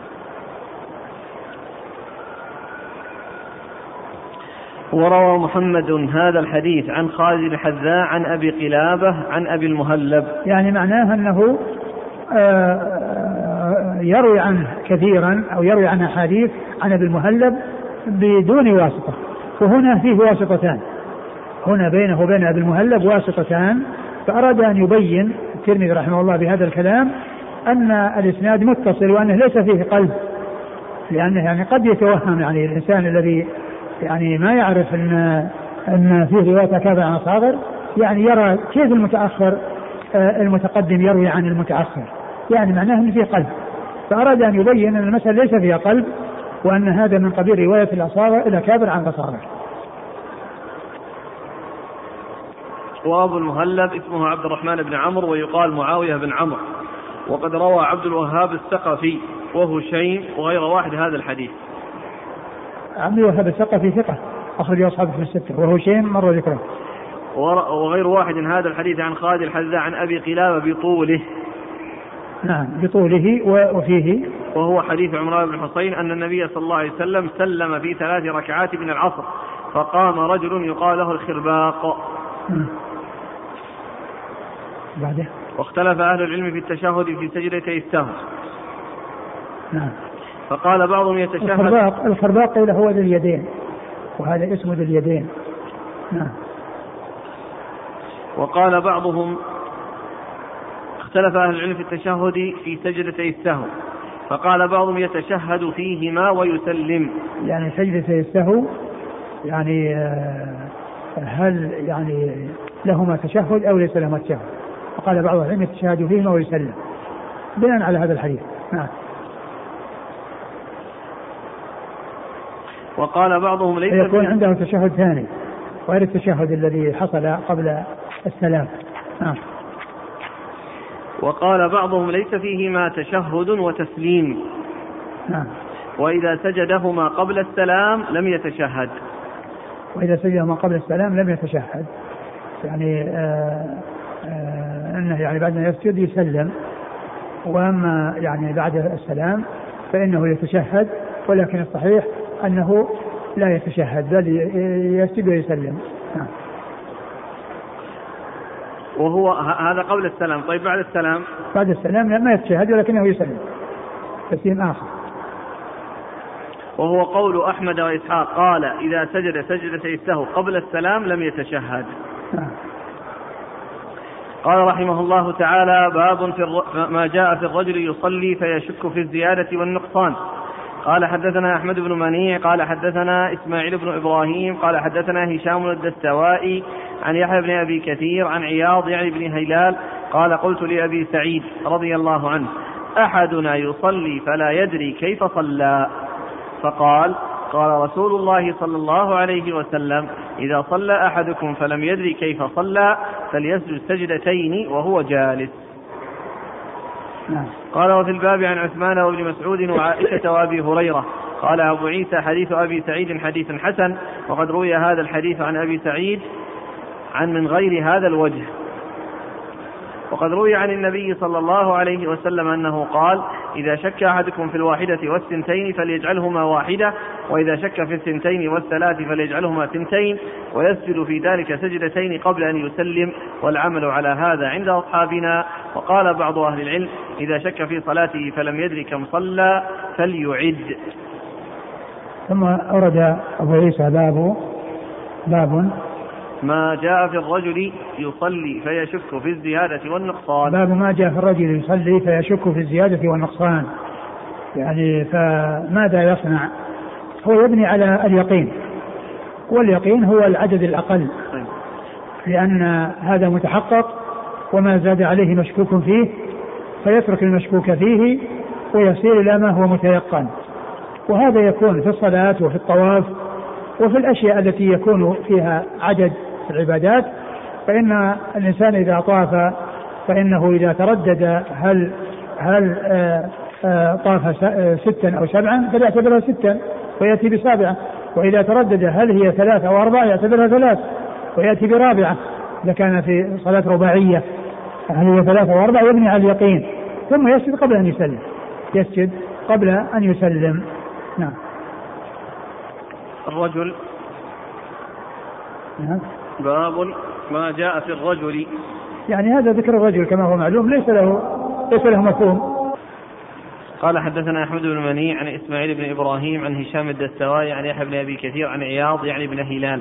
وروى محمد هذا الحديث عن خالد الحذاء عن أبي قلابة عن أبي المهلب، يعني معناه أنه يروي عنه كثيرا أو يروي عنه حديث عن أبي المهلب بدون واسطة، وهنا فيه واسطتان، هنا بينه وبين أبي المهلب واسطتان، فأراد أن يبين الترمذي رحمه الله بهذا الكلام أن الإسناد متصل وأنه ليس فيه قلب، لأنه يعني قد يتوهم يعني الإنسان الذي يعني ما يعرف أن أن فيه رواية أكابر عن أصاغر، يعني يرى كيف المتأخر المتقدم يروي عن المتأخر، يعني معناه أن فيه قلب، فأراد أن يبين أن المسألة ليس فيها قلب، وأن هذا من قبيل رواية الأصاغر الأكابر عن أصاغر. وأبو المهلب اسمه عبد الرحمن بن عمرو ويقال معاوية بن عمرو، وقد روى عبد الوهاب الثقفي وهشيم وغير واحد هذا الحديث. عبد الوهاب الثقفي ثقة أخرج أصحابه في الستة، وهشيم مر ذكره. وغير واحد هذا الحديث عن خالد الحذاء عن أبي قلابة بطوله. نعم بطوله وفيه. وهو حديث عمران بن حصين أن النبي صلى الله عليه وسلم سلم في ثلاث ركعات من العصر، فقام رجل يقال له الخرباق. بعده. واختلف أهل العلم في التشهد في سجدتي السهو. نعم. فقال بعضهم يتشهد. الخرباق الخرباق قيل هو ذي اليدين، وهذا اسمه ذي اليدين. نعم. وقال بعضهم اختلف أهل العلم في التشهد في سجدتي السهو، فقال بعضهم يتشهد فيهما ويسلم. يعني سجدتي السهو يعني هل يعني لهما تشهد أو ليس لهما تشهد؟ وقال بعض العلم يتشهد فيهما ويسلم بناء على هذا الحديث. نعم. وقال بعضهم ليس يكون عنده تشهد ثاني غير التشهد الذي حصل قبل السلام. نعم. وقال بعضهم ليس فيهما تشهد وتسليم. نعم. وإذا سجدهما قبل السلام لم يتشهد. وإذا سجدهما قبل السلام لم يتشهد، يعني آآ آآ أنه يعني بعد ما يسجد يسلم، وأما يعني بعد السلام فإنه يتشهد، ولكن الصحيح أنه لا يتشهد بل يسجد ويسلم. نعم. وهو هذا قبل السلام. طيب بعد السلام؟ بعد السلام ما يتشهد ولكنه يسلم تسليم آخر. وهو قول أحمد وإسحاق قال إذا سجد سجدتي السهو قبل السلام لم يتشهد. نعم. قال رحمه الله تعالى باب في ما جاء في الرجل يصلي فيشك في الزيادة والنقصان. قال حدثنا أحمد بن منيع قال حدثنا إسماعيل بن إبراهيم قال حدثنا هشام الدستوائي عن يحيى بن أبي كثير عن عياض يعني بن هلال قال قلت لأبي سعيد رضي الله عنه أحدنا يصلي فلا يدري كيف صلى، فقال قال رسول الله صلى الله عليه وسلم إذا صلى أحدكم فلم يدري كيف صلى فليسجد سجدتين وهو جالس. قال وفي الباب عن عثمان وابن مسعود وعائشة وأبي هريرة قال أبو عيسى حديث أبي سعيد حديث حسن، وقد روي هذا الحديث عن أبي سعيد عن من غير هذا الوجه. وقد روي عن النبي صلى الله عليه وسلم أنه قال: إذا شك أحدكم في الواحدة والثنتين فليجعلهما واحدة، وإذا شك في الثنتين والثلاث فليجعلهما ثنتين، ويسجد في ذلك سجدتين قبل أن يسلم، والعمل على هذا عند أصحابنا. وقال بعض أهل العلم: إذا شك في صلاته فلم يدري كم صلى فليعد. ثم أورد أبو عيسى باب باب ما جاء في الرجل يصلي فيشك في الزيادة والنقصان. باب ما جاء في الرجل يصلي فيشك في الزيادة والنقصان، يعني فماذا يصنع؟ هو يبني على اليقين، واليقين هو العدد الأقل، لأن هذا متحقق وما زاد عليه مشكوك فيه، فيترك المشكوك فيه ويصير إلى ما هو متيقن. وهذا يكون في الصلاة وفي الطواف وفي الأشياء التي يكون فيها عدد العبادات. فإن الإنسان إذا طاف فإنه إذا تردد هل هل آآ آآ طاف ستا أو سبعا فليعتبرها ستا ويأتي بسابعة، وإذا تردد هل هي ثلاثة أو أربعة يعتبرها ثلاث ويأتي برابعة. إذا كان في صلاة رباعية هل هي ثلاثة أو أربعة يبني على اليقين، ثم يسجد قبل أن يسلم يسجد قبل أن يسلم. نعم. الرجل. نعم. باب ما جاء في الرجل، يعني هذا ذكر الرجل كما هو معلوم ليس له ليس له مفهوم. قال حدثنا أحمد بن منيع عن إسماعيل بن إبراهيم عن هشام الدستوائي عن يحيى بن أبي كثير عن عياض يعني بن هلال.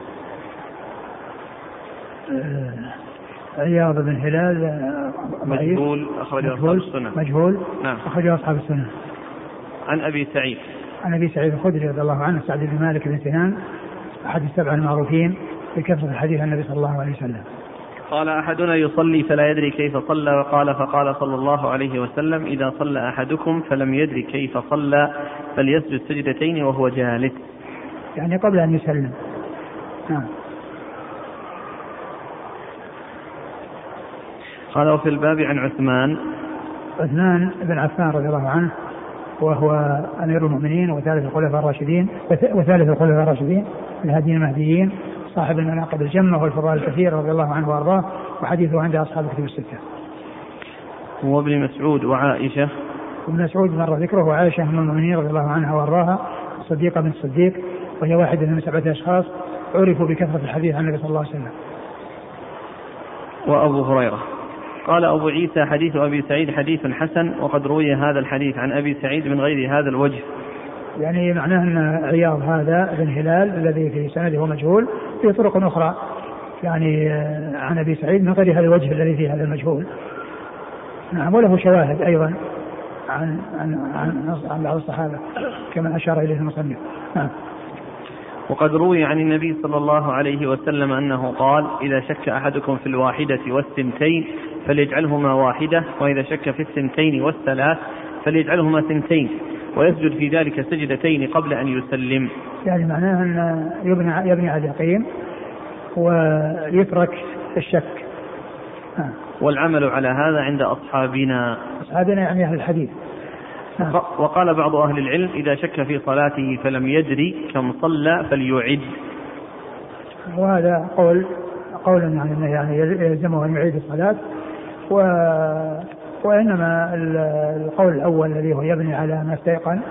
آه عياض بن هلال مجهول أخرجه أصحاب السنة. مجهول نعم أخرجه أصحاب السنة. عن أبي سعيد عن أبي سعيد الخدري رضي الله عنه سعد بن مالك بن سنان أحد السبعة المعروفين بكثرة الحديث عن النبي صلى الله عليه وسلم. قال أحدنا يصلي فلا يدري كيف صلى، وقال فقال صلى الله عليه وسلم: إذا صلى أحدكم فلم يدري كيف صلى فليسجد سجدتين وهو جالس، يعني قبل أن يسلم. نعم. قال وفي الباب عن عثمان عثمان بن عفان رضي الله عنه، وهو أمير المؤمنين وثالث الخلفاء الراشدين وثالث الخلفاء الراشدين الهاديين المهديين، صاحب المناقب الجمة والفضائل الكثير رضي الله عنه وأرضاه، وحديثه عند أصحاب الكتب الستة. وابن مسعود وعائشة. وابن مسعود مر ذكره، وعائشة أم المؤمنين رضي الله عنها وأرضاها، الصديقة بنت الصديق، وهي واحدة من سبعة أشخاص عرفوا بكثرة الحديث عن النبي صلى الله عليه وسلم. وأبو هريرة. قال أبو عيسى حديث أبي سعيد حديث حسن، وقد روي هذا الحديث عن أبي سعيد من غير هذا الوجه. يعني معناه أن عياض هذا بن هلال الذي في سنده مجهول في طرق أخرى، يعني عن أبي سعيد من غير هذا الوجه الذي فيه هذا المجهول. نعم. وله شواهد أيضا عن عن عن, عن بعض الصحابة كما أشار إليه المصنف. نعم. وقد روي عن النبي صلى الله عليه وسلم أنه قال: إذا شك أحدكم في الواحدة والثنتين فليجعلهما واحدة، وإذا شك في الثنتين والثلاث فليجعلهما ثنتين، ويسجد في ذلك سجدتين قبل أن يسلم. يعني معناه أن يبني, يبني على اليقين ويترك الشك. ها. والعمل على هذا عند أصحابنا. أصحابنا يعني أهل الحديث. ها. وقال بعض أهل العلم: إذا شك في صلاته فلم يدري كم صلى فليعد. وهذا قول قول يعني يعني يلزمه أن يعيد الصلاة، و وإنما القول الأول الذي هو يبني على ما استيقن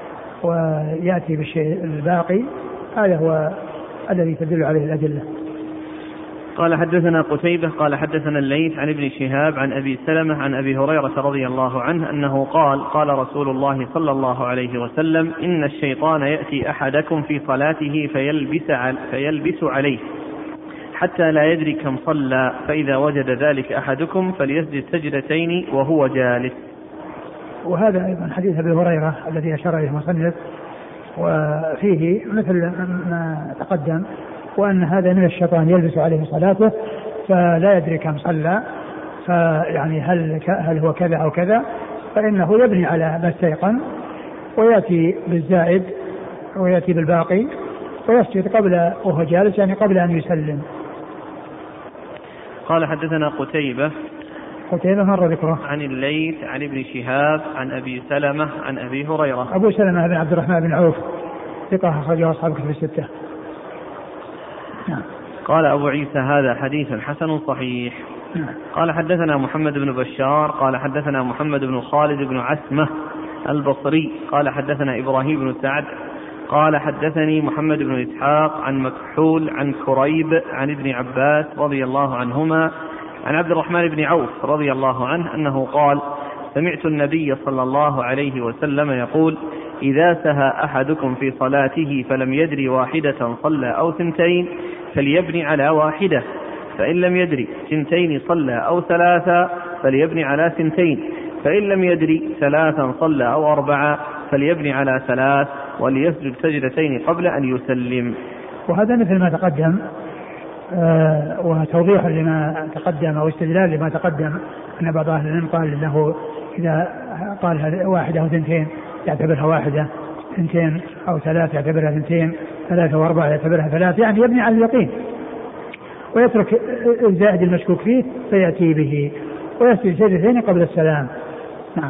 ويأتي بالشيء الباقي هذا هو الذي تدل عليه الأدلة. قال حدثنا قتيبة قال حدثنا الليث عن ابن شهاب عن أبي سلمة عن أبي هريرة رضي الله عنه أنه قال: قال رسول الله صلى الله عليه وسلم: إن الشيطان يأتي أحدكم في صلاته فيلبس, فيلبس عليه حتى لا يدري كم صلى، فإذا وجد ذلك أحدكم فليسجد سجدتين وهو جالس. وهذا أيضا حديث أبي هريرة الذي أشار إليه المصنف، وفيه مثل ما تقدم، وأن هذا من الشيطان يلبس عليه صلاته فلا يدري كم صلى، فيعني هل, هل هو كذا أو كذا، فإنه يبني على ما استيقن ويأتي بالزائد ويأتي بالباقي ويسجد قبل وهو جالس، يعني قبل أن يسلم. قال حدثنا قتيبة قتيبة مر ذكره. عن الليث عن ابن شهاب عن أبي سلمة عن أبي هريرة. أبو سلمة بن عبد الرحمن بن عوف ثقة أخرجه أصحاب كتب الستة. نعم. قال أبو عيسى هذا حديث حسن صحيح. نعم. قال حدثنا محمد بن بشار قال حدثنا محمد بن خالد بن عسمة البصري قال حدثنا إبراهيم بن سعد قال حدثني محمد بن إسحاق عن مكحول عن كريب عن ابن عباس رضي الله عنهما عن عبد الرحمن بن عوف رضي الله عنه أنه قال سمعت النبي صلى الله عليه وسلم يقول إذا سهى أحدكم في صلاته فلم يدري واحدة صلى أو ثنتين فليبني على واحدة، فإن لم يدري ثنتين صلى أو ثلاثة فليبني على ثنتين، فإن لم يدري ثلاثا صلى أو أربعة فليبني على ثلاث، وليسجد سجدتين قبل أن يسلم. وهذا مثل ما تقدم آه وتوضيح لما تقدم أو استدلال لما تقدم أن بعض أهل العلم قال إنه إذا قال واحدة أو ثنتين يعتبرها واحدة، ثنتين أو ثلاث يعتبرها ثنتين، ثلاثة وأربعة يعتبرها ثلاث، يعني يبني على اليقين ويترك الزائد المشكوك فيه فيأتي به ويسجد سجدتين قبل السلام. نعم.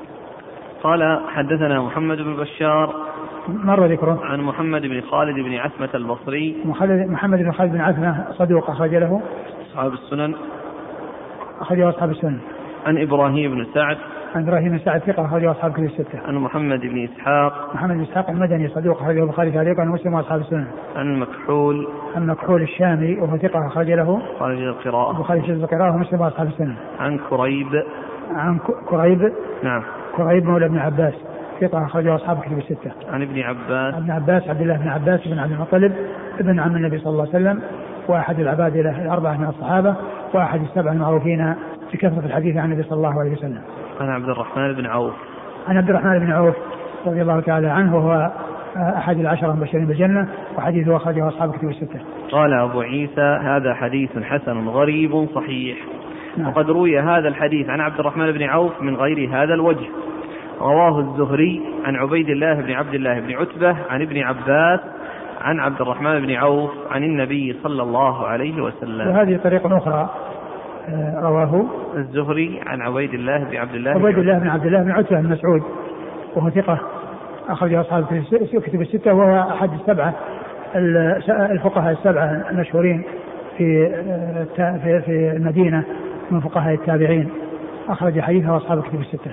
قال حدثنا محمد بن بشار مر ذكره. عن محمد بن خالد بن عسمة البصري. محمد بن خالد بن عسمة صدوق أخرج له أصحاب السنن. أخرجه أصحاب السنن. عن إبراهيم بن سعد. عن إبراهيم بن سعد ثقة أخرجه أصحاب كتب الستة. عن محمد بن إسحاق. محمد بن إسحاق المدني صدوق أخرجه البخاري تعليقا ومسلم وأصحاب السنن. عن مكحول. عن مكحول الشامي وهو ثقة أخرج له خارج القراءة. البخاري في القراءة ومسلم وأصحاب السنن. عن كريب. عن كريب. نعم. كريب مولى ابن عباس ثقة أخرجه أصحاب كتب الستة. عن ابن عباس. ابن عباس عبد الله بن عباس بن عبد المطلب ابن عم النبي صلى الله عليه وسلم، وأحد العبادلة الأربعة من الصحابة، وأحد السبع المعروفين بكثرة الحديث عن النبي صلى الله عليه وسلم. عن عبد الرحمن بن عوف. عن عبد الرحمن بن عوف رضي الله تعالى عنه وهو أحد العشرة المبشرين بالجنة، وحديثه أخرجه أصحاب كتب الستة. قال أبو عيسى هذا حديث حسن غريب صحيح. نعم. وقد روي هذا الحديث عن عبد الرحمن بن عوف من غير هذا الوجه. رواه الزهري عن عبيد الله بن عبد الله بن عتبة عن ابن عباس عن عبد الرحمن بن عوف عن النبي صلى الله عليه وسلم. وهذه طريقة أخرى رواه الزهري عن عبيد الله بن عبد الله عبيد الله بن عبد الله بن عتبة بن مسعود وهو ثقة أخرجه أصحاب كتب الستة، وهو أحد السبعة الفقهاء السبعة المشهورين في في المدينة من فقهاء التابعين، أخرج حديثه أصحاب كتب الستة.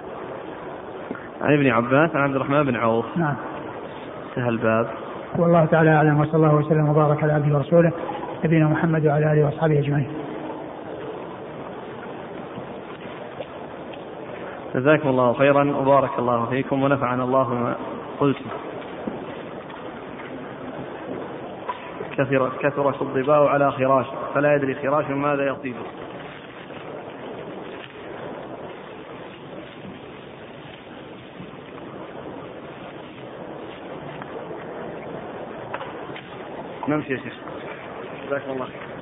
عن ابن عباس عن عبد الرحمن بن عوف. نعم. انتهى الباب. والله تعالى أعلم، وصلى الله وسلم وبارك على عبده ورسوله نبينا محمد وعلى آله وأصحابه أجمعين. جزاكم الله خيرا وبارك الله فيكم ونفعنا الله ما قلتم. كثرت كثرت الضباء على خراش فلا يدري خراش ماذا يصيبه. نمشي يا شيخ. جزاكم الله خير.